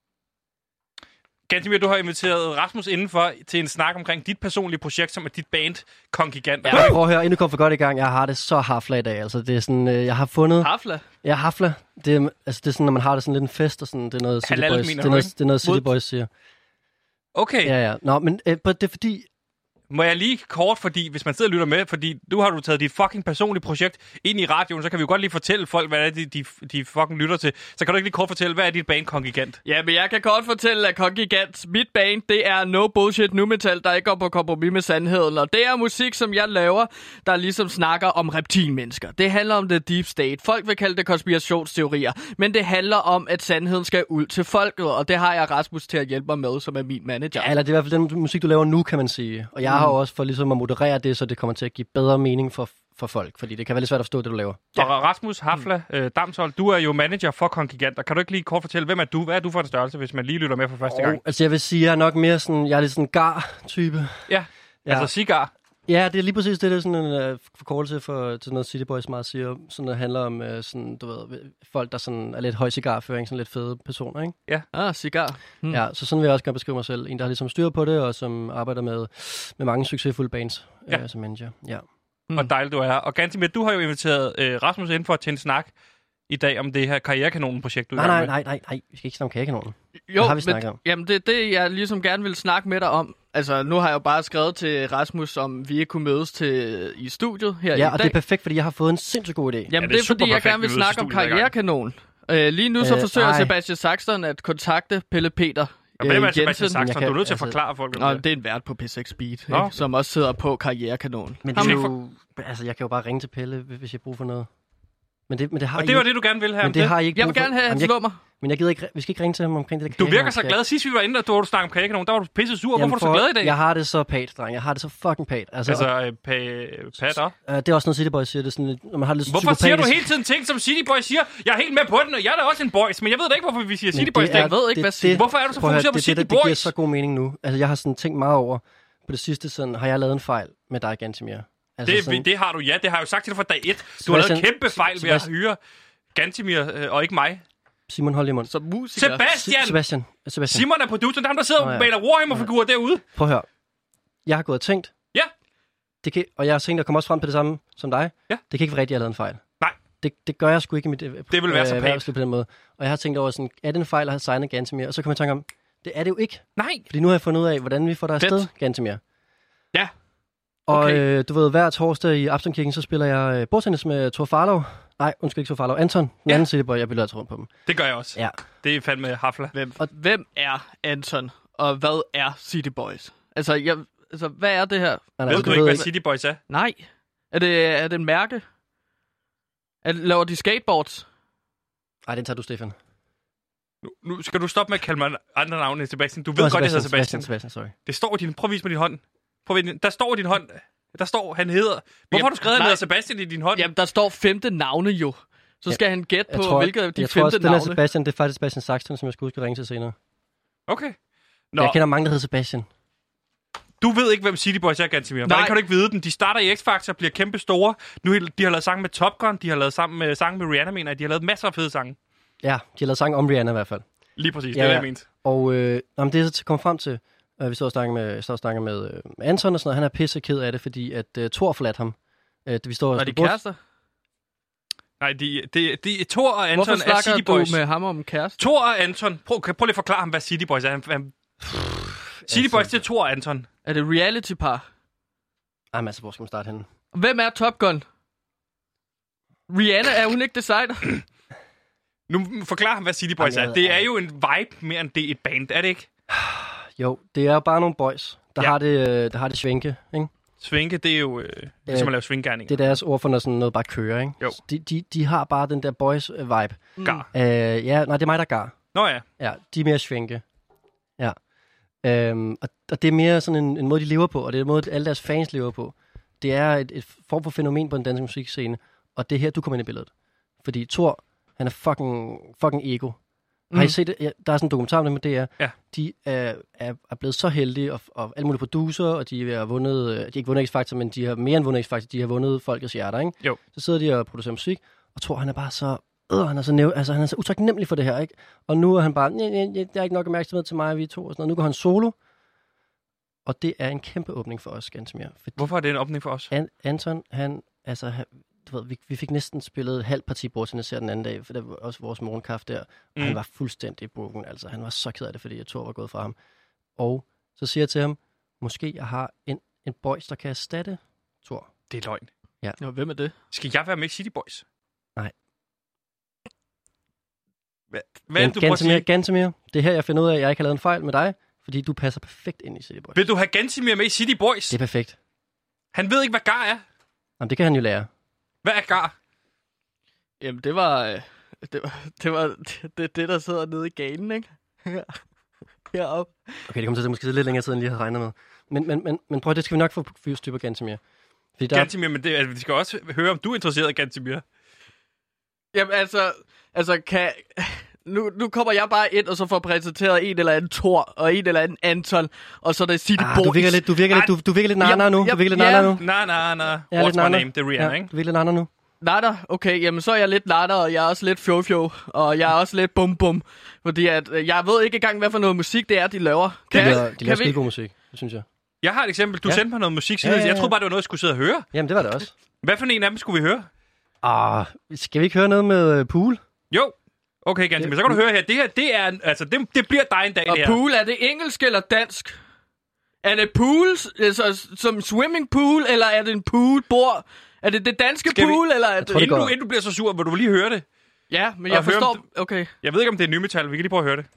Gantemir, du har inviteret Rasmus indenfor til en snak omkring dit personlige projekt, som er dit band, Kongigant. Ja, prøv at høre, inden du kom for godt i gang, jeg har det så hafla i dag. Altså, det er sådan, jeg har fundet... Hafla? Ja, hafla. Det er sådan, når man har det sådan lidt en fest, og sådan, det er noget City Boys. Det er noget City Boys siger. Okay. Ja. Nå, men det er fordi... Må jeg lige kort, fordi hvis man sidder og lytter med, fordi nu har du taget dit fucking personlige projekt ind i radioen, så kan vi jo godt lige fortælle folk, hvad det er, de fucking lytter til. Så kan du ikke lige kort fortælle, hvad er dit band Kongigant? Ja, men jeg kan kort fortælle, at Kongigant, mit band, det er no bullshit nu metal, der ikke går på kompromis med sandheden. Og det er musik, som jeg laver, der ligesom snakker om reptilmennesker. Det handler om the deep state. Folk vil kalde det konspirationsteorier. Men det handler om, at sandheden skal ud til folket. Og det har jeg Rasmus til at hjælpe mig med, som er min manager. Ja, eller det er i hvert fald den musik, du laver nu, kan man sige. Og jeg har jo også for ligesom at moderere det, så det kommer til at give bedre mening for folk. Fordi det kan være lidt svært at forstå, det du laver. Ja. Og Rasmus Hafla Damsholdt, du er jo manager for Kongigant. Kan du ikke lige kort fortælle, hvem er du? Hvad er du for en størrelse, hvis man lige lytter med for første gang? Altså jeg vil sige, jeg er nok mere sådan, jeg er lidt sådan gar-type. Ja, altså cigar. Ja, det er lige præcis det. Det er sådan en forkortelse til noget City Boys meget siger. Sådan noget handler om sådan, du ved, folk, der sådan er lidt høj cigarføring, sådan lidt fede personer, ikke? Ja, cigar. Ja, så sådan vil jeg også gerne beskrive mig selv. En, der har ligesom styr på det, og som arbejder med mange succesfulde bands som manager. Ja. Og dejligt, du er her. Og Gantemir, du har jo inviteret Rasmus ind for at tænde snak i dag om det her Karrierekanonen-projekt, du er med. Nej. Vi skal ikke snakke om Karrierekanonen. Jo, hvad har vi snakket om? Jamen det er det, jeg ligesom gerne vil snakke med dig om. Altså, nu har jeg jo bare skrevet til Rasmus, om vi ikke kunne mødes i studiet her i dag. Ja, og det er perfekt, fordi jeg har fået en sindssygt god idé. Jamen, det er fordi, jeg gerne vil snakke om Karrierekanonen. Lige nu så forsøger Sebastian Saxton at kontakte Pelle Peter hvem er Sebastian Saxton? Du er nødt til at forklare folk. Det er en vært på P6 Beat, som også sidder på Karrierekanonen. Men det er jo, altså, jeg kan jo bare ringe til Pelle, hvis jeg bruger for noget. Men det har og det var det, du gerne ville have. Men det har I ikke. Jeg vil gerne have, at han slår mig. Men jeg gider ikke, vi skal ikke ringe til ham omkring det der Du virker så glad. Sidst vi var inde, og du snakkede om kagekanon, der var du pisse sur. Hvorfor er du så glad i dag? Jeg har det så pat, dreng. Jeg har det så fucking pat. Patter? Det er også noget City Boys siger. Det er sådan, når man har det lidt hvorfor siger du hele tiden ting, som City Boys siger? Jeg er helt med på den, og jeg er da også en boys, men jeg ved da ikke, hvorfor vi siger City Boys. Jeg ved ikke, hvad siger. Hvorfor er du så fokuseret på City Boys? Det giver så god mening nu. Altså, jeg har sådan tænkt meget over på det sidste, sådan, har jeg lavet en fejl med dig, Gantemir? Altså, det har du, ja. Det har jeg jo sagt til dig fra dag 1. Du har lavet en kæmpe fejl ved at hyre Gantemir og ikke mig. Simon, hold i mund. Som musiker. Sebastian! Simon er producer, der ham, der sidder og maler Warhammer-figurer derude. Prøv at høre. Jeg har gået og tænkt. Ja. Og jeg har tænkt at komme også frem på det samme som dig. Ja. Det kan ikke være rigtigt, at jeg har lavet en fejl. Nej. Det gør jeg sgu ikke i mit det vil være så pænt på den måde. Og jeg har tænkt over sådan, er det en fejl at have signet Gantemir? Og så kan man tænke om, det er det jo ikke. Nej. Fordi nu har jeg fundet ud af, hvordan vi får dig afsted, Gantemir. Ja. Okay. Og du ved, hver torsdag i Absalon-kirken, så spiller jeg bordtennis med Thor Farlov. Nej, undskyld ikke Thor Farlov. Anton, den anden Cityboy, jeg bliver altid rundt på dem. Det gør jeg også. Ja. Det er fandme hafla. Hvem er Anton, og hvad er City Boys? Altså, hvad er det her? Ved du ikke, hvad City Boys er? Nej. Er det en mærke? Laver de skateboards? Nej, den tager du, Stefan. Nu skal du stoppe med at kalde mig andre navne, Sebastian. Du ved godt, det hedder Sebastian. Sorry. Det står i din... Prøv at vise mig din hånd. Der står i din hånd... Der står, han hedder... Hvorfor har du skrevet, han hedder Sebastian i din hånd? Jamen, der står 5. navne jo. Så skal han gætte på, hvilke af de 5. navne. Jeg tror også, den er Sebastian. Det er faktisk Sebastian Saxton, som jeg skulle huske at ringe til senere. Okay. Nå. Jeg kender mange, der hedder Sebastian. Du ved ikke, hvem City Boys er, Gantemir. Hvordan kan du ikke vide dem? De starter i X-Factor, bliver kæmpe store. Nu de har lavet sange med Top Gun, de har lavet sange med Rihanna, mener jeg. De har lavet masser af fede sange. Ja, de har lavet sange om Rihanna i hvert fald. Lige præcis, det er det, jeg mente. Og det er så kommet frem til... Vi står og snakker med Anton og sådan noget. Han er pisse ked af det, fordi at Thor forladt ham. Vi står er de kærester? Nej, de Thor og Anton er City Boys. Hvorfor snakker du med ham om kærester? Thor og Anton. Prøv lige at forklare ham, hvad City Boys er. City Boys, det er Thor og Anton. Er det reality-par? Jamen altså, hvor skal man starte henne? Hvem er Top Gun? Rihanna, er hun ikke designer? Nu forklar ham, hvad City Boys er. Det er jo en vibe mere end det er et band, er det ikke? Jo, det er bare nogle boys, der har det svinke, ikke? Svinke, det er jo som at lave svinggerninger. Det er deres ord for, når sådan noget bare kører, ikke? Jo. De har bare den der boys-vibe. Gar. Ja, nej, det er mig, der gar. Nå ja. Ja, de er mere svinke. Ja. Og det er mere sådan en måde, de lever på, og det er en måde, alle deres fans lever på. Det er et form for fænomen på den danske musikscene, og det er her, du kommer ind i billedet. Fordi Thor, han er fucking ego. Har I set det? Ja, der er sådan en dokumentar med det, de er blevet så heldige, og alle mulige producer, og de har vundet, de har ikke vundet X-Factor, men de har mere end vundet X-Factor, de har vundet folkets hjerter, ikke? Jo. Så sidder de og producerer musik, og Thor, han er bare så... han er så utaknemmelig for det her, ikke? Og nu er han bare, der er ikke nok opmærksomhed til mig og vi to, og sådan noget. Nu går han solo, og det er en kæmpe åbning for os, Gantemir. Hvorfor er det en åbning for os? Anton, du ved, vi fik næsten spillet et halvt parti bordtennis her den anden dag, for det var også vores morgenkaffe der, og han var fuldstændig broken, altså. Han var så ked af det, fordi jeg Thor var gået fra ham. Og så siger jeg til ham, måske jeg har en boys, der kan erstatte Thor. Det er løgn. Ja. Nå, hvem er det? Skal jeg være med i City Boys? Nej. Hvad er det, du prøver at sige? Gantemir, det er her, jeg finder ud af, at jeg ikke har lavet en fejl med dig, fordi du passer perfekt ind i City Boys. Vil du have Gantemir med i City Boys? Det er perfekt. Han ved ikke, hvad gar er. Jamen, det kan han jo lære. Hvad er gar? Jamen, det var det, der sidder nede i ganen, ikke? Heroppe. Okay, det kommer til at måske lidt længere tid, end jeg lige havde regnet med. Men prøv, det skal vi nok få styr på Gantemir. Gantemir, men vi skal også høre, om du er interesseret i Gantemir. Jamen, altså kan... Nu kommer jeg bare ind, og så får præsenteret en eller anden Thor, og en eller anden Anton, og så er der City Boys. Du virker lidt narner nu. Du virker lidt narner nu. Na. What's my name? Det er Rihanna, ikke? Du virker lidt narner nu. Natter? Okay, jamen så er jeg lidt natter, og jeg er også lidt fjov, og jeg er også lidt bum. Fordi at, jeg ved ikke engang, hvad for noget musik det er, de laver. De laver skide god musik, det synes jeg. Jeg har et eksempel. Du sendte mig noget musik, ja. Jeg troede bare, det var noget, jeg skulle sidde og høre. Jamen, det var det også. Hvad for en af dem skulle vi høre? Skal vi ikke høre noget med Pool? Jo. Okay, Gantemir, så kan du høre her. Det er, altså, det bliver dig en dag, og det her. Og Pool, er det engelsk eller dansk? Er det pool, som swimming pool, eller er det en poolbord? Er det danske pool, eller er det... Inden du bliver så sur, vil du lige høre det? Ja, men jeg forstår... Okay. Jeg ved ikke, om det er nymetal. Vi kan lige prøve at høre det.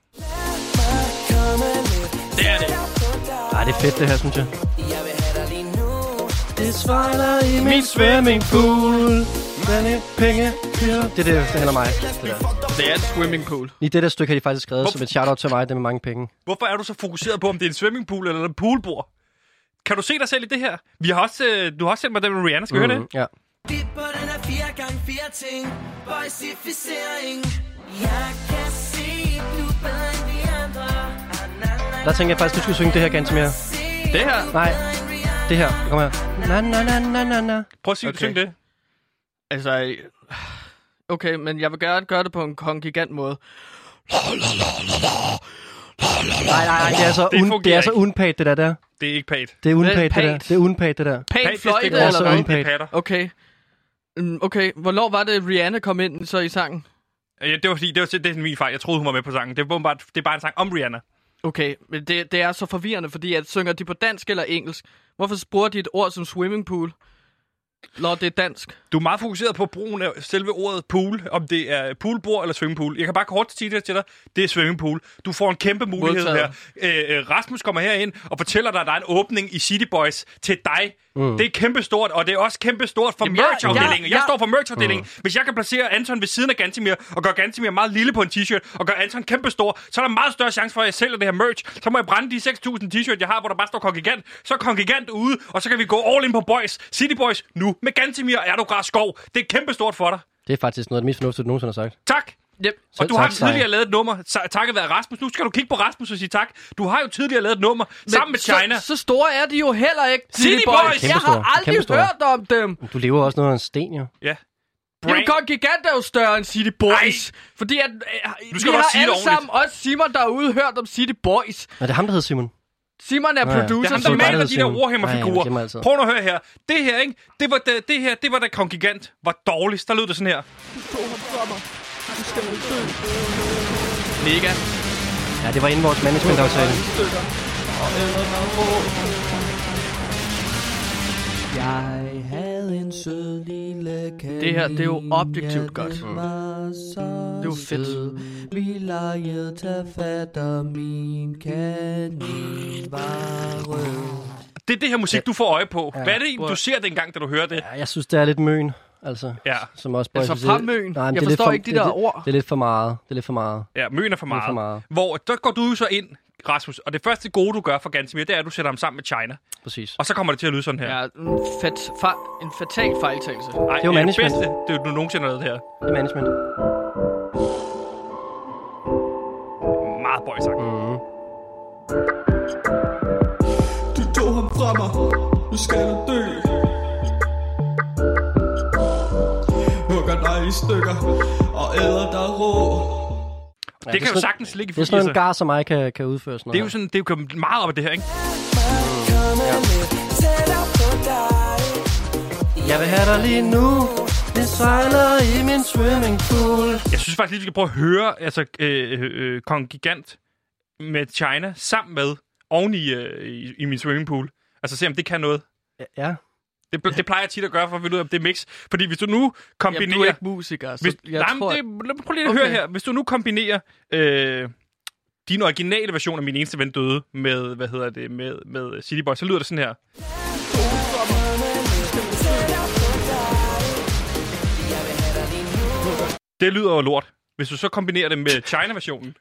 Det er det. Ej, det er fedt, det her, synes jeg. Det svejler i min swimming pool. Penge. Det handler om mig. Det er et swimmingpool. I det der stykke har de faktisk skrevet som et shout-out til mig, det med mange penge. Hvorfor er du så fokuseret på, om det er en swimmingpool eller en poolbord? Kan du se dig selv i det her? Du har også sendt mig den med Rihanna. Skal vi høre det? Ja. Det på den er 4x4 ting. Boysificering. Jeg kan se nu bedre end de andre. Der tænker jeg faktisk, du skal synge det her ganske mere. Det her? Nej, det her. Kom her. Na. Prøv at synge det. Altså, okay, men jeg vil gerne gøre det på en kongigant måde. Nej, det er så unpæt, det der. Det er ikke pæt. Det er unpæt, det der. Det er unpæt, det der. Pæt fløjte det er eller så hvad? unpæt. Okay. Okay, hvornår var det, Rihanna kom ind så i sangen? Ja, det er min fejl. Jeg troede, hun var med på sangen. Det er bare en sang om Rihanna. Okay, men det er så forvirrende, fordi at synger de på dansk eller engelsk? Hvorfor bruger de et ord som swimmingpool, når det er dansk? Du er meget fokuseret på brugen af selve ordet pool, om det er poolbord eller swimmingpool. Jeg kan bare kort sige det til dig. Det er swimmingpool. Du får en kæmpe mulighed her. Rasmus kommer herind og fortæller dig, at der er en åbning i City Boys til dig. Det er kæmpestort, og det er også kæmpestort for merch-afdelingen. Jeg står for merch-afdelingen. Hvis jeg kan placere Anton ved siden af Gantimir og gøre Gantimir meget lille på en t-shirt og gøre Anton kæmpestor, så er der meget større chance for, at jeg sælger det her merch. Så må jeg brænde de 6.000 t-shirt, jeg har, hvor der bare står Kongigant. Så er Kongigant ude, og så kan vi gå all in på Boys. City Boys nu med Gantimir og Erdogras Skov. Det er kæmpestort for dig. Det er faktisk noget af det mest fornuftige, du nogensinde har sagt. Tak. Yep. Og du har tidligere lavet et nummer, takket være Rasmus. Nu skal du kigge på Rasmus og sige tak. Du har jo tidligere lavet et nummer sammen med China. Så store er de jo heller ikke, City Boys! Jeg har aldrig hørt om dem. Du lever også noget af en sten, jo. Ja. Jamen, Kongigant er jo større end City Boys. Fordi at, vi har alle sammen, også Simon derude, hørt om City Boys. Er det ham, der hedder Simon? Simon er producer. Det er ham, der maler de der Warhammer-figurer. Prøv nu at høre her. Det her, ikke? Det var da Kongigant var dårligst. Der lød det sådan her. Mega. Ja, det var inden vores management-aftale. Jeg havde en sød lille kanin. Det her, det er jo objektivt godt. Det er jo fedt. Vi legede tage fat, og min kanin var rød. Det er det her musik, du får øje på. Ja. Hvad er det, du ser dengang, da du hører det? Ja, jeg synes, det er lidt møn. Altså, ja. Som også altså fremmøen. Jeg forstår ikke de der ord. Det er lidt for meget. Ja, møn er for meget. Hvor der går du så ind, Rasmus, og det første gode, du gør for Gantimir, det er, at du sætter ham sammen med China. Præcis. Og så kommer det til at lyde sådan her. Ja, en fatal fejltagelse. Ej, det er jo management. Det bedste, du nogensinde har lavet det her. Det er management. Meget bøjsagt. Du tog ham fra mig. Nu skal du dø. Hugger dig i stykker og æder dig rå. Ja, det kan jo sagtens ligge i 80'erne. Det er sådan noget, en gar som mig kan udføre sådan noget. Det er jo sådan, det er jo meget op af det her, ikke? Jeg vil have dig lige nu. Det sejler i min swimmingpool. Jeg synes faktisk lige, vi skal prøve at høre altså, Kongigant med China sammen med oven i min swimmingpool. Altså se, om det kan noget. Ja. Det plejer jeg tit at gøre, for at finde ud af, om det er mix. Fordi hvis du nu kombinerer... Jamen, du er ikke musiker, så prøv lige at høre her. Hvis du nu kombinerer din originale version af Min Eneste Ven Døde med, med City Boys, så lyder det sådan her. Det lyder jo lort. Hvis du så kombinerer det med China-versionen.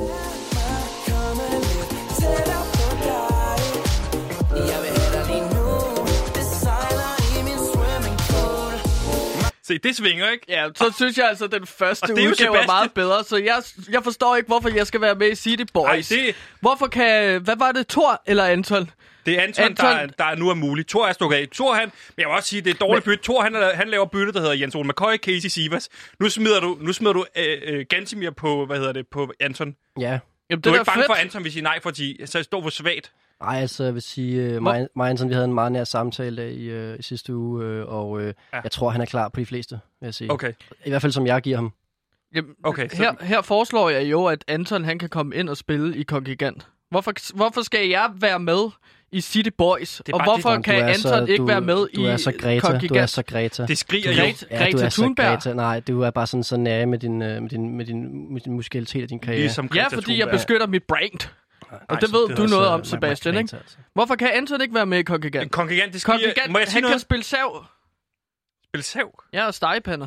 Se, det svinger, ikke? Ja, så synes jeg altså, at den første udgave er meget bedre. Så jeg forstår ikke, hvorfor jeg skal være med i City Boys. Ej, hvorfor kan... Hvad var det? Thor eller Anton? Det er Anton. Der nu er muligt. Thor er stukket af. Thor, men jeg vil også sige, det er dårligt bytte. Thor, han laver bytte, der hedder Jens Ole McCoy, Casey Sivas. Nu smider du Gantimir på, på Anton. Ja. Jamen, du er ikke bange for Anton, hvis I nej, fordi så står for svagt. Nej, altså jeg vil sige, mig og Anton, vi havde en meget nær samtale i sidste uge, og jeg tror, han er klar på de fleste, vil jeg sige. Okay. I hvert fald, som jeg giver ham. Jamen, okay, her foreslår jeg jo, at Anton han kan komme ind og spille i Kongigant. Hvorfor skal jeg være med i City Boys? Og hvorfor kan Anton ikke være med i Kongigant? Du er så Greta. Det skriger jo. Greta Thunberg? Nej, du er bare sådan så nære med din musikalitet og din karriere. Ligesom ja, fordi jeg beskytter mit brand. Og det ved du noget om, Sebastian, ikke? Hvorfor kan Anton ikke være med i Kongigant? Kongigant, det skriger... Han kan spille sav. Spille sav? Ja, og stegepander.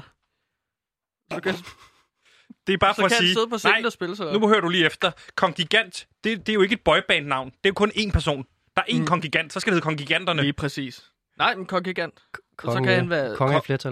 Så kan, Det er bare for at sige... sidde på sengen og spille sig. Nu hører du lige efter. Kong Gigant, det er jo ikke et boyband-navn. Det er jo kun én person. Der er én Kong Gigant, så skal det hedde Kong Giganterne. Lige præcis. Nej, men Kong Gigant. Så kan han være... Konge i flertal.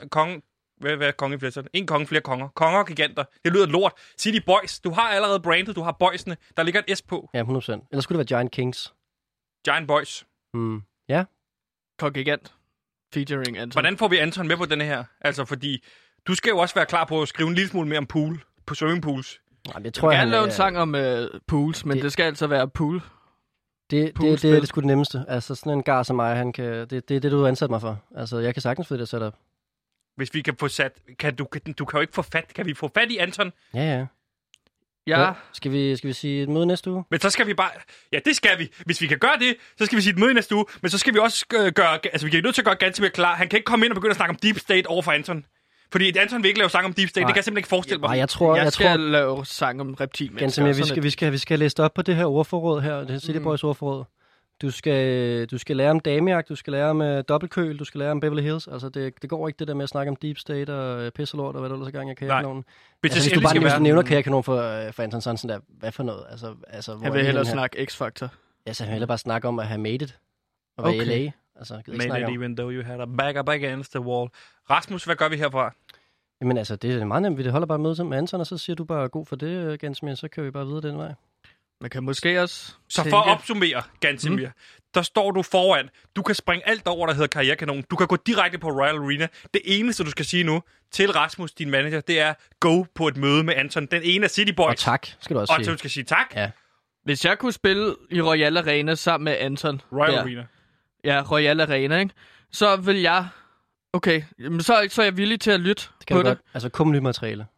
Hvad er konge i flertal? En konge, flere konger. Konger og giganter. Det lyder lort. Sig de boys. Du har allerede brandet. Du har boysene. Der ligger et S på. Ja, 100%. Eller skulle det være Giant Kings? Giant Boys. Ja. Kong Gigant. Featuring Anton. Hvordan får vi Anton med på denne her? Altså, fordi du skal jo også være klar på at skrive en lille smule mere om pool. På swimmingpools. Nej, det tror jeg kan lave en sang om pools, men det skal altså være pool. Det er sgu det nemmeste. Altså, sådan en gar som mig, han kan... Det er det, du har ansat mig for. Altså, jeg kan sagtens få det setup. Hvis vi kan få sat... Du kan jo ikke få fat. Kan vi få fat i Anton? Ja. Ja. Skal vi sige et møde næste uge? Men så skal vi bare... Ja, det skal vi. Hvis vi kan gøre det, så skal vi sige et møde næste uge. Men så skal vi også gøre... Altså, vi kan nødt til at gøre ganske mere klar. Han kan ikke komme ind og begynde at snakke om Deep State over for Anton. Fordi Anton vil ikke lave sang om Deep State. Nej. Det kan jeg simpelthen ikke forestille mig. Nej, jeg skal lave sang om reptilmennesker. Vi skal læse op på det her ordforråd her. Det er City Boys ordforråd. Du skal lære om damejagt, du skal lære om dobbeltkøl, du skal lære om Beverly Hills. Altså, det går ikke det der med at snakke om Deep State og pisselort og hvad der ellers er gang i kajakanonen. Altså, hvis du bare nævner kajakanonen for Anton Sørensen der, hvad for noget? Altså, han vil hellere snakke X-Factor. Ja, så han vil hellere bare snakke om at have made it. Og være i LA. Altså, made it even though you had a back up against the wall. Rasmus, hvad gør vi herfra? Jamen altså, det er meget nemt. Vi holder bare møde med Anton, og så siger du bare god for det, Gansimir, så kører vi bare videre den vej. Man kan måske også... Så for at opsummere, Gansimir, der står du foran. Du kan springe alt over, der hedder karrierekanonen. Du kan gå direkte på Royal Arena. Det eneste, du skal sige nu til Rasmus, din manager, det er go på et møde med Anton. Den ene af City Boys. Og tak, skal du også sige. Og du skal sige tak. Ja. Hvis jeg kunne spille i Royal Arena sammen med Anton... Royal Arena. Ja, Royal Arena, ikke? Så vil jeg... Okay, så er jeg villig til at lytte det kan på det. det. Altså, kom nyt materiale.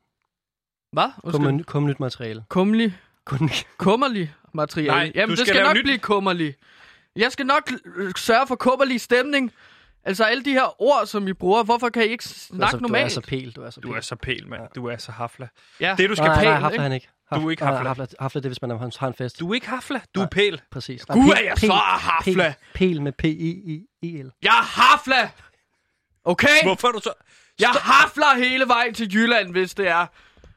Hvad? Kom nyt materiale. Kummerlig materiale. Nej, jamen, det skal nok blive kummerlig. Jeg skal nok sørge for kummerlig stemning. Altså, alle de her ord, som I bruger, hvorfor kan I ikke snakke normalt? Du er så pæl, mand. Du er så hafla. Ja. Det, du skal nej, hafla han ikke. Du er ikke hafla. Hafla, det er, hvis man har en fest. Du er ikke hafla. Du er pæl. Præcis. Gud, er jeg så hafla. Pæl med P-I-E-L. Jeg er hafla! Okay? Hvorfor er du så... Jeg hafler hele vejen til Jylland, hvis det er...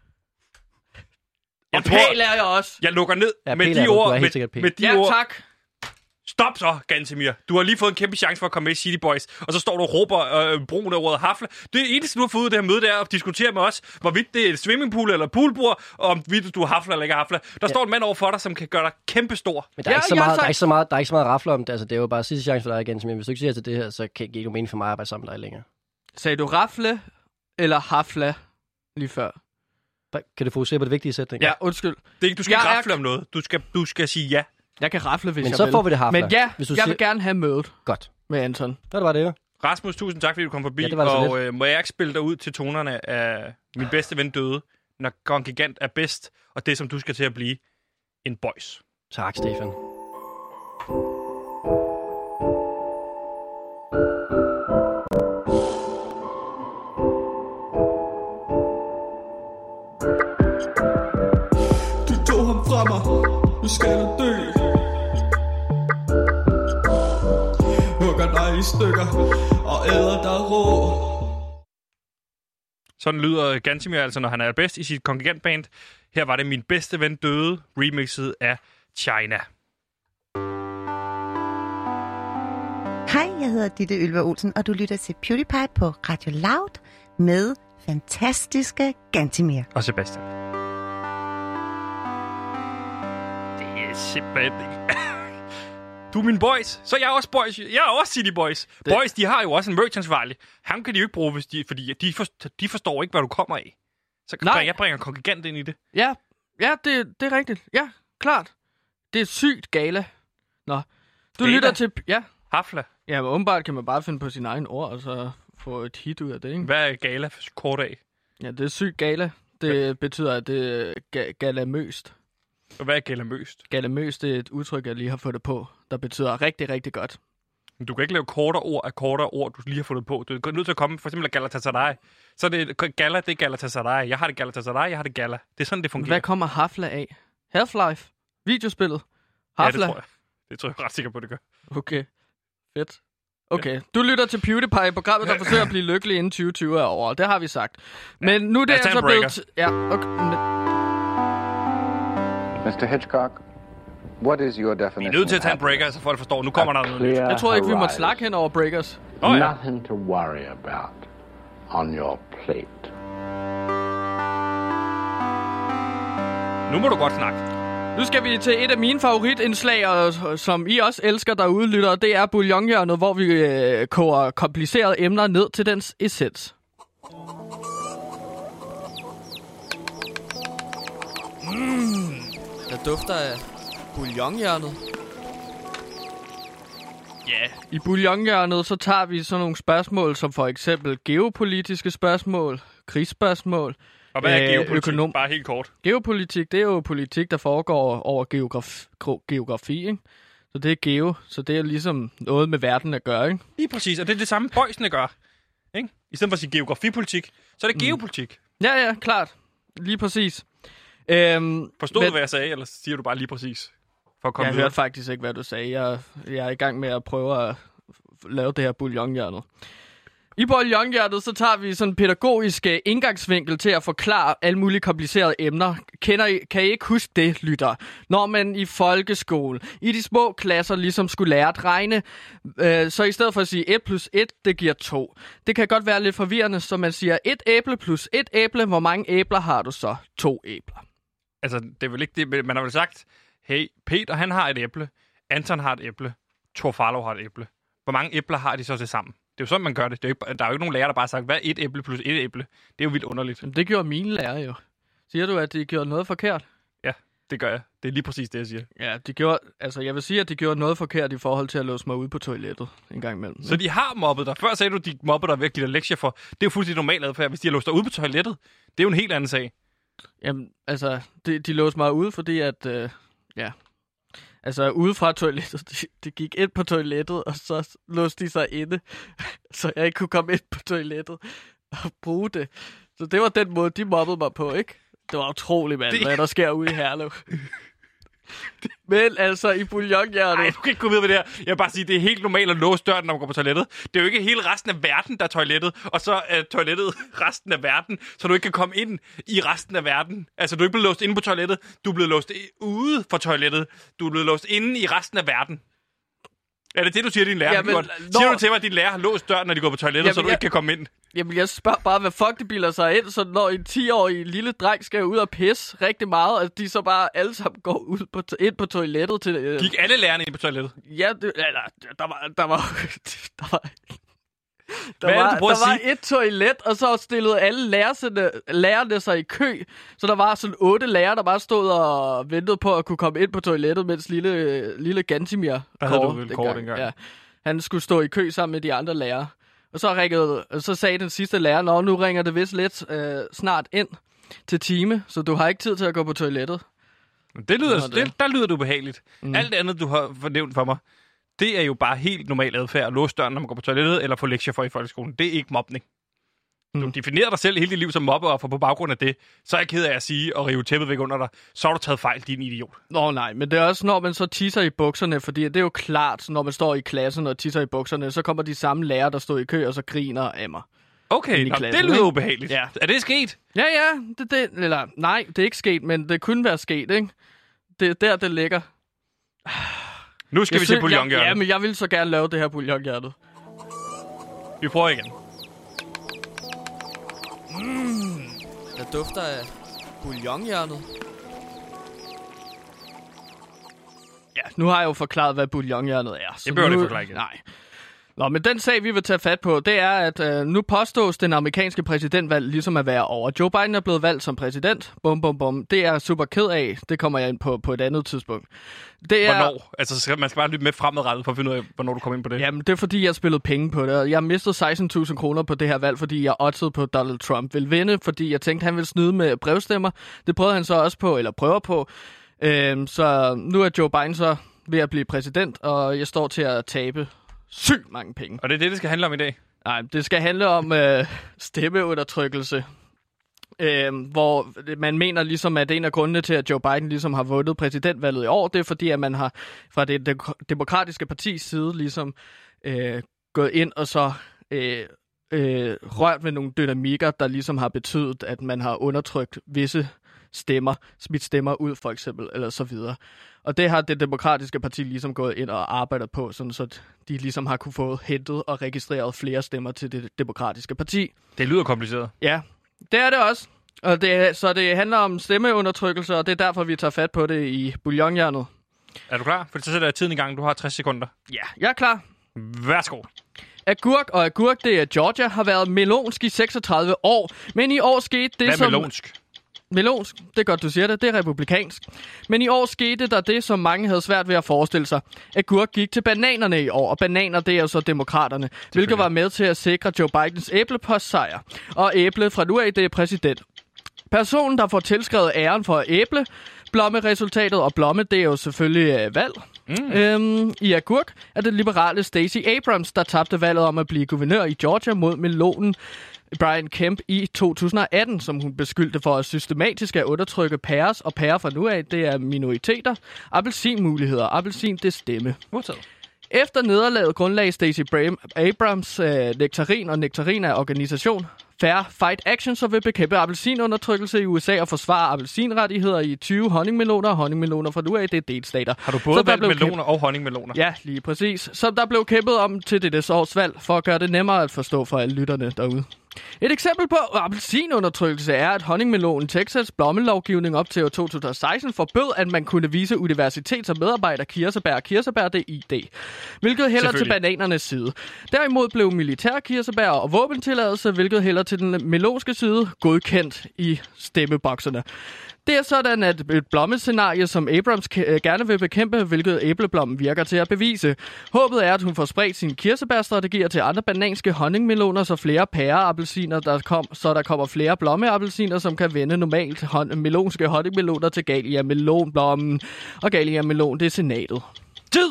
Og pæl er jeg også. Jeg lukker ned med de ord. Med de ord. Tak. Stop så, Gansimir. Du har lige fået en kæmpe chance for at komme med i City Boys, og så står du og råber brugen af ordet hafle. Det eneste, du har fået ud af det her møde, det er at diskutere med os, hvorvidt det er et swimmingpool eller poolbord, og om du hafler eller ikke hafler. Der står en mand over for dig, som kan gøre dig kæmpe stor. Men der er ikke så meget rafler om det. Altså, det er jo bare sidste chance for dig, Gansimir. Hvis du ikke siger til det her, så kan det ikke mening for mig at arbejde sammen med dig længere. Sagde du rafle eller hafle lige før? Kan du fokusere på det vigtige sætning? Ja, undskyld. Du skal ikke rafle om noget. Du skal sige ja. Jeg kan rafle, hvis men jeg så vil. Får vi det hafler. Men ja, jeg vil gerne have mødet. Godt. Med Anton. Det var det jo. Rasmus, tusind tak, fordi du kom forbi. Ja, det var og må jeg ikke spille dig ud til tonerne af min bedste ven døde, når Kong Gigant er bedst, og det, som du skal til at blive, en boys. Tak, Stefan. Du tog ham fra mig. Nu skal du dø. Hugger dig i stykker og æder dig rå. Sådan lyder Gansimir altså, når han er bedst i sit Kong Gigant band. Her var det Min bedste ven døde, remixet af China. Hej, jeg hedder Ditte Ylva Olsen, og du lytter til PewDiePie på Radio Loud med fantastiske Gansimir. Og Sebastian. Det er simpelthen ikke... Du er min boys, så jeg er også boys. Jeg er også City Boys. Boys, de har jo også en merch-ansvarlig. Ham kan de jo ikke bruge, fordi de forstår ikke, hvad du kommer af. Så jeg bringer Kong Gigant ind i det. Ja, det er rigtigt. Ja, klart. Det er sygt gala. Nå, du lytter til... Ja. Hafla. Ja, men åbenbart kan man bare finde på sine egne ord, og så få et hit ud af det, ikke? Hvad er gala for kort af? Ja, det er sygt gala. Det betyder, at det er galamøst. Og hvad er galamøst? Galamøst, det er et udtryk, jeg lige har fået det på, der betyder rigtig, rigtig godt. Men du kan ikke lave kortere ord, du lige har fundet på. Du er nødt til at komme for eksempel af Galatasaray. Så det gala, det er Galatasaray. Jeg har det Galatasaray, jeg har det gala. Det er sådan, det fungerer. Hvad kommer Hafla af? Half-Life? Videospillet? Hafla? Ja, det tror jeg ret sikker på, det gør. Okay. Fedt. Okay, du lytter til PewDiePie, programmet, der forsøger at blive lykkelig inden 2020 er over. Det har vi sagt. Men nu er det altså blevet... Ja, okay. Mr. Hitchcock, what is your definition? Vi er nødt til at tage en breaker, så folk forstår. Nu kommer der noget nyt. Jeg tror ikke, vi må snakke hen over breakers. Nothing to worry about on your plate. Nu må du godt snakke. Nu skal vi til et af mine favoritindslag, som I også elsker derude, lytter. Det er bouillonhjørnet, hvor vi koger komplicerede emner ned til dens essens. Der dufter af bouillonhjørnet. Ja, i bouillonhjørnet, så tager vi sådan nogle spørgsmål, som for eksempel geopolitiske spørgsmål, krigsspørgsmål. Og hvad er geopolitik? Bare helt kort. Geopolitik, det er jo politik, der foregår over geografi, ikke? Så det er geo, så det er ligesom noget med verden at gøre, ikke? Lige præcis, og det er det samme Bøjsene gør, ikke? I stedet for at sige geografipolitik, så er det geopolitik. Ja, klart. Lige præcis. Forstod du, hvad jeg sagde, eller siger du bare lige præcis? For at komme jeg hørte faktisk ikke, hvad du sagde. Jeg er i gang med at prøve at lave det her bouillonhjørnet. I bouillonhjørnet, så tager vi sådan en pædagogisk indgangsvinkel til at forklare alle mulige komplicerede emner. Kan I ikke huske det, lytter? Når man i folkeskole, i de små klasser, ligesom skulle lære at regne, så i stedet for at sige 1 plus 1, det giver 2. Det kan godt være lidt forvirrende, så man siger 1 æble plus 1 æble. Hvor mange æbler har du så? 2 æbler. Altså, det er vel ikke det, man har vel sagt, hey, Peter, han har et æble, Anton har et æble, Thor Farlov har et æble. Hvor mange æbler har de så til sammen? Det er jo sådan, man gør det. Der er jo ikke nogen lærer, der bare har sagt, hvad er 1 æble plus 1 æble? Det er jo vildt underligt. Men det gjorde mine lærer jo. Siger du, at de gjorde noget forkert? Ja, det gør jeg. Det er lige præcis det, jeg siger. Ja, jeg vil sige, at de gjorde noget forkert i forhold til at låse mig ude på toilettet en gang imellem. Så de har mobbet dig. Før sagde du, de mobbede dig ved at give dig lektier for. Det er jo fuldstændig normalt adfærd. Hvis de har låst dig ude på toilettet, det er jo en helt anden sag. Jamen, altså, de låste mig ude, fordi at... Altså, ude fra toilettet, de gik ind på toilettet, og så låste de sig inde, så jeg ikke kunne komme ind på toilettet og bruge det. Så det var den måde, de mobbede mig på, ikke? Det var utroligt, mand, hvad der sker ude i Herlev. Men altså, i bouillonhjertet... Nej, du kan ikke gå videre med det her. Jeg vil bare sige, det er helt normalt at låse døren, når man går på toilettet. Det er jo ikke hele resten af verden, der er toilettet, og så er toilettet resten af verden, så du ikke kan komme ind i resten af verden. Altså, du er ikke blevet låst inde på toilettet, du er blevet låst ude for toilettet. Du er blevet låst inde i resten af verden. Er det det, du siger, din lærer har gjort? Siger du til mig, at din lærer har låst døren, når de går på toilettet, så du ikke kan komme ind? Jamen, jeg spørger bare, hvad fuck de bilder sig ind, så når en 10-årig lille dreng skal ud og pisse rigtig meget, og de så bare alle sammen går ud ind på toilettet til... Gik alle lærerne ind på toilettet? Ja, der var et toilet, og så stillede alle lærerne sig i kø. Så der var sådan 8 lærere, der bare stod og ventede på at kunne komme ind på toilettet, mens lille Gantimir, der havde du vel kort engang. Ja, han skulle stå i kø sammen med de andre lærere. Og så sagde den sidste lærer, nu ringer det vist lidt snart ind til time, så du har ikke tid til at gå på toilettet. Der lyder det ubehageligt. Alt andet, du har fornævnt for mig, det er jo bare helt normal adfærd at låse døren, når man går på toilettet, eller få lektier for i folkeskolen. Det er ikke mobning. Du definerer dig selv hele dit liv som mobber, og på baggrund af det, så er jeg ked af at sige og rive tæppet væk under dig. Så har du taget fejl, din idiot. Nej, men det er også, når man så tisser i bukserne, fordi det er jo klart, når man står i klassen og tisser i bukserne, så kommer de samme lærere, der står i kø, og så griner af mig. Okay, det lyder ubehageligt. Ja. Er det sket? Ja, nej, det er ikke sket, men det kunne være sket, ikke? Det er der, det ligger. Nu skal vi til bouillonhjørnet. Ja, men jeg vil så gerne lave det her bouillonhjørnet. Vi prøver igen. Der dufter af bouillonhjørnet. Ja, nu har jeg jo forklaret, hvad bouillonhjørnet er. Det behøver du ikke forklare igen. Nej. Nå, men den sag, vi vil tage fat på, det er, at nu påstås den amerikanske præsidentvalg ligesom at være over. Joe Biden er blevet valgt som præsident. Bum, bum, bum. Det er super ked af. Det kommer jeg ind på et andet tidspunkt. Det er... Hvornår? Altså, man skal bare lytte med fremadrettet for at finde ud af, hvornår du kommer ind på det. Jamen, det er fordi, jeg spillede penge på det. Jeg har mistet 16.000 kroner på det her valg, fordi jeg oddsede på, Donald Trump vil vinde, fordi jeg tænkte, han ville snyde med brevstemmer. Det prøvede han så også på, eller prøver på. Så nu er Joe Biden så ved at blive præsident, og jeg står til at tabe sygt mange penge. Og det er det skal handle om i dag? Nej, det skal handle om stemmeundertrykkelse. Hvor man mener ligesom, at en af grundene til, at Joe Biden ligesom har vundet præsidentvalget i år, det er fordi, at man har fra det demokratiske partis side ligesom gået ind og så rørt ved nogle dynamikker, der ligesom har betydet, at man har undertrykt visse stemmer, smidt stemmer ud for eksempel, eller så videre. Og det har det demokratiske parti ligesom gået ind og arbejdet på, sådan så de ligesom har kunne få hentet og registreret flere stemmer til det demokratiske parti. Det lyder kompliceret. Ja, det er det også. Og så det handler om stemmeundertrykkelse, og det er derfor, vi tager fat på det i bouillonhjørnet. Er du klar? For så sætter jeg tiden i gang. Du har 60 sekunder. Ja, jeg er klar. Værsgo. Agurk, det er Georgia, har været melonsk i 36 år, men i år skete det Hvad er melonsk? Melonsk, det er godt, du siger det. Det er republikansk. Men i år skete der det, som mange havde svært ved at forestille sig. Agurk gik til bananerne i år, og bananer, det er jo så demokraterne, hvilket var med til at sikre Joe Bidens æblepostsejr. Og æblet fra nu af, det er præsident. Personen, der får tilskrevet æren for æbleblomme-resultatet, og blomme, det er jo selvfølgelig valg. I agurk er det liberale Stacey Abrams, der tabte valget om at blive guvernør i Georgia mod melonen Brian Kemp i 2018, som hun beskyldte for at systematisk at undertrykke pæres, og pærer fra nu af, det er minoriteter, appelsinmuligheder, appelsin, det stemme. Efter nederlaget grundlagde Stacey Abrams Nektarin, og Nektarin er organisation Fair Fight Action, som vil bekæmpe appelsinundertrykkelse i USA og forsvare appelsinrettigheder i 20 honningmeloner, og honningmeloner fra nu af, det er delstater. Har du både valgt meloner og honningmeloner? Ja, lige præcis. Som der blev kæmpet om til dette års valg, for at gøre det nemmere at forstå for alle lytterne derude. Et eksempel på appelsinundertrykkelse er, at honningmelonen Texas blommelovgivning op til 2016 forbød, at man kunne vise universitets- og medarbejder kirsebær det ID, hvilket hælder til bananernes side. Derimod blev militær kirsebær og våbentilladelse, hvilket hælder til den melonske side, godkendt i stemmebokserne. Det er sådan, at et blommescenarie, som Abrams gerne vil bekæmpe, hvilket æbleblommen virker til at bevise. Håbet er, at hun får spredt sine kirsebærstrategier til andre bananske honningmeloner, så flere pæreappelsiner, så der kommer flere blommeappelsiner, som kan vende normalt melonske honningmeloner til Gallia-melonblommen. Og Gallia-melon, det er senatet. Tid!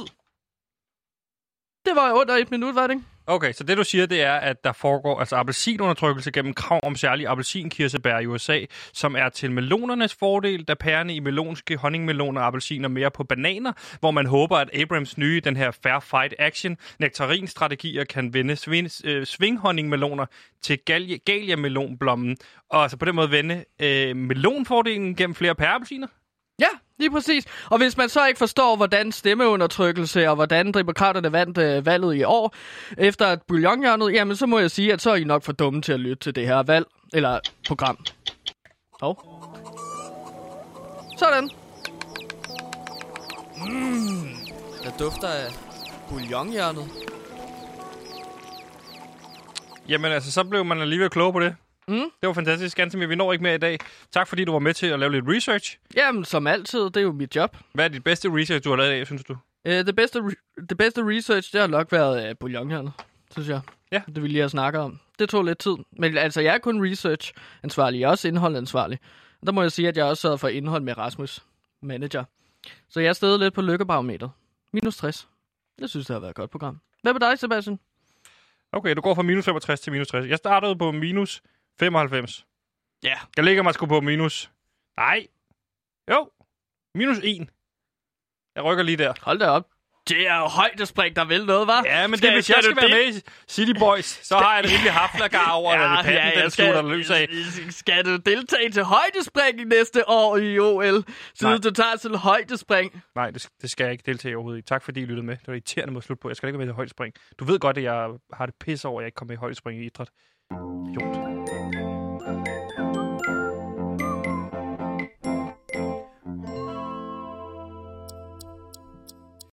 Det var under 1 minut, var det ikke? Okay, så det du siger, det er, at der foregår altså appelsinundertrykkelse gennem krav om særlige appelsinkirsebær i USA, som er til melonernes fordel, da pærerne i melonske honningmeloner og appelsiner mere på bananer, hvor man håber, at Abrams nye, den her Fair Fight Action, nektarinstrategier kan vende svinghonningmeloner til Gallia-melonblommen, og altså på den måde vende melonfordelen gennem flere pæreappelsiner? Ja, lige præcis. Og hvis man så ikke forstår, hvordan stemmeundertrykkelse og hvordan demokraterne vandt valget i år efter et bouillonhjørnet, jamen så må jeg sige, at så er I nok for dumme til at lytte til det her valg, eller program. Sådan. Der dufter af bouillonhjørnet. Jamen altså, så blev man alligevel klog på det. Det var fantastisk. Ganske, vi når ikke mere i dag. Tak fordi du var med til at lave lidt research. Jamen, som altid. Det er jo mit job. Hvad er dit bedste research, du har lavet i dag, synes du? Det bedste research, det har nok været bouillonhjørnet, synes jeg. Ja. Det vi lige har snakket om. Det tog lidt tid. Men altså, jeg er kun research-ansvarlig. Jeg er også indholdansvarlig. Der må jeg sige, at jeg også sørget for indhold med Rasmus, manager. Så jeg er stadig lidt på lykkebarometeret. Minus 60. Jeg synes, det har været et godt program. Hvad med dig, Sebastian? Okay, du går fra minus 65 til minus 60. Jeg startede på minus 95. Ja. Jeg ligger mig sgu på minus... Nej. Jo. Minus 1. Jeg rykker lige der. Hold da op. Det er jo højdespring, der vil noget, hva'? Ja, men det, hvis jeg skal være med i City Boys, så har jeg det rimelig haflagar over, at den slutter løs af. Skal du deltage til højdespring i næste år i OL, siden du tager til højdespring? Nej, det skal jeg ikke deltage overhovedet i. Tak fordi I lyttede med. Det var irriterende mod slut på. Jeg skal ikke være med til højdespring. Du ved godt, at jeg har det pisse over, at jeg ikke kommer i højdespring i idræt. Jo.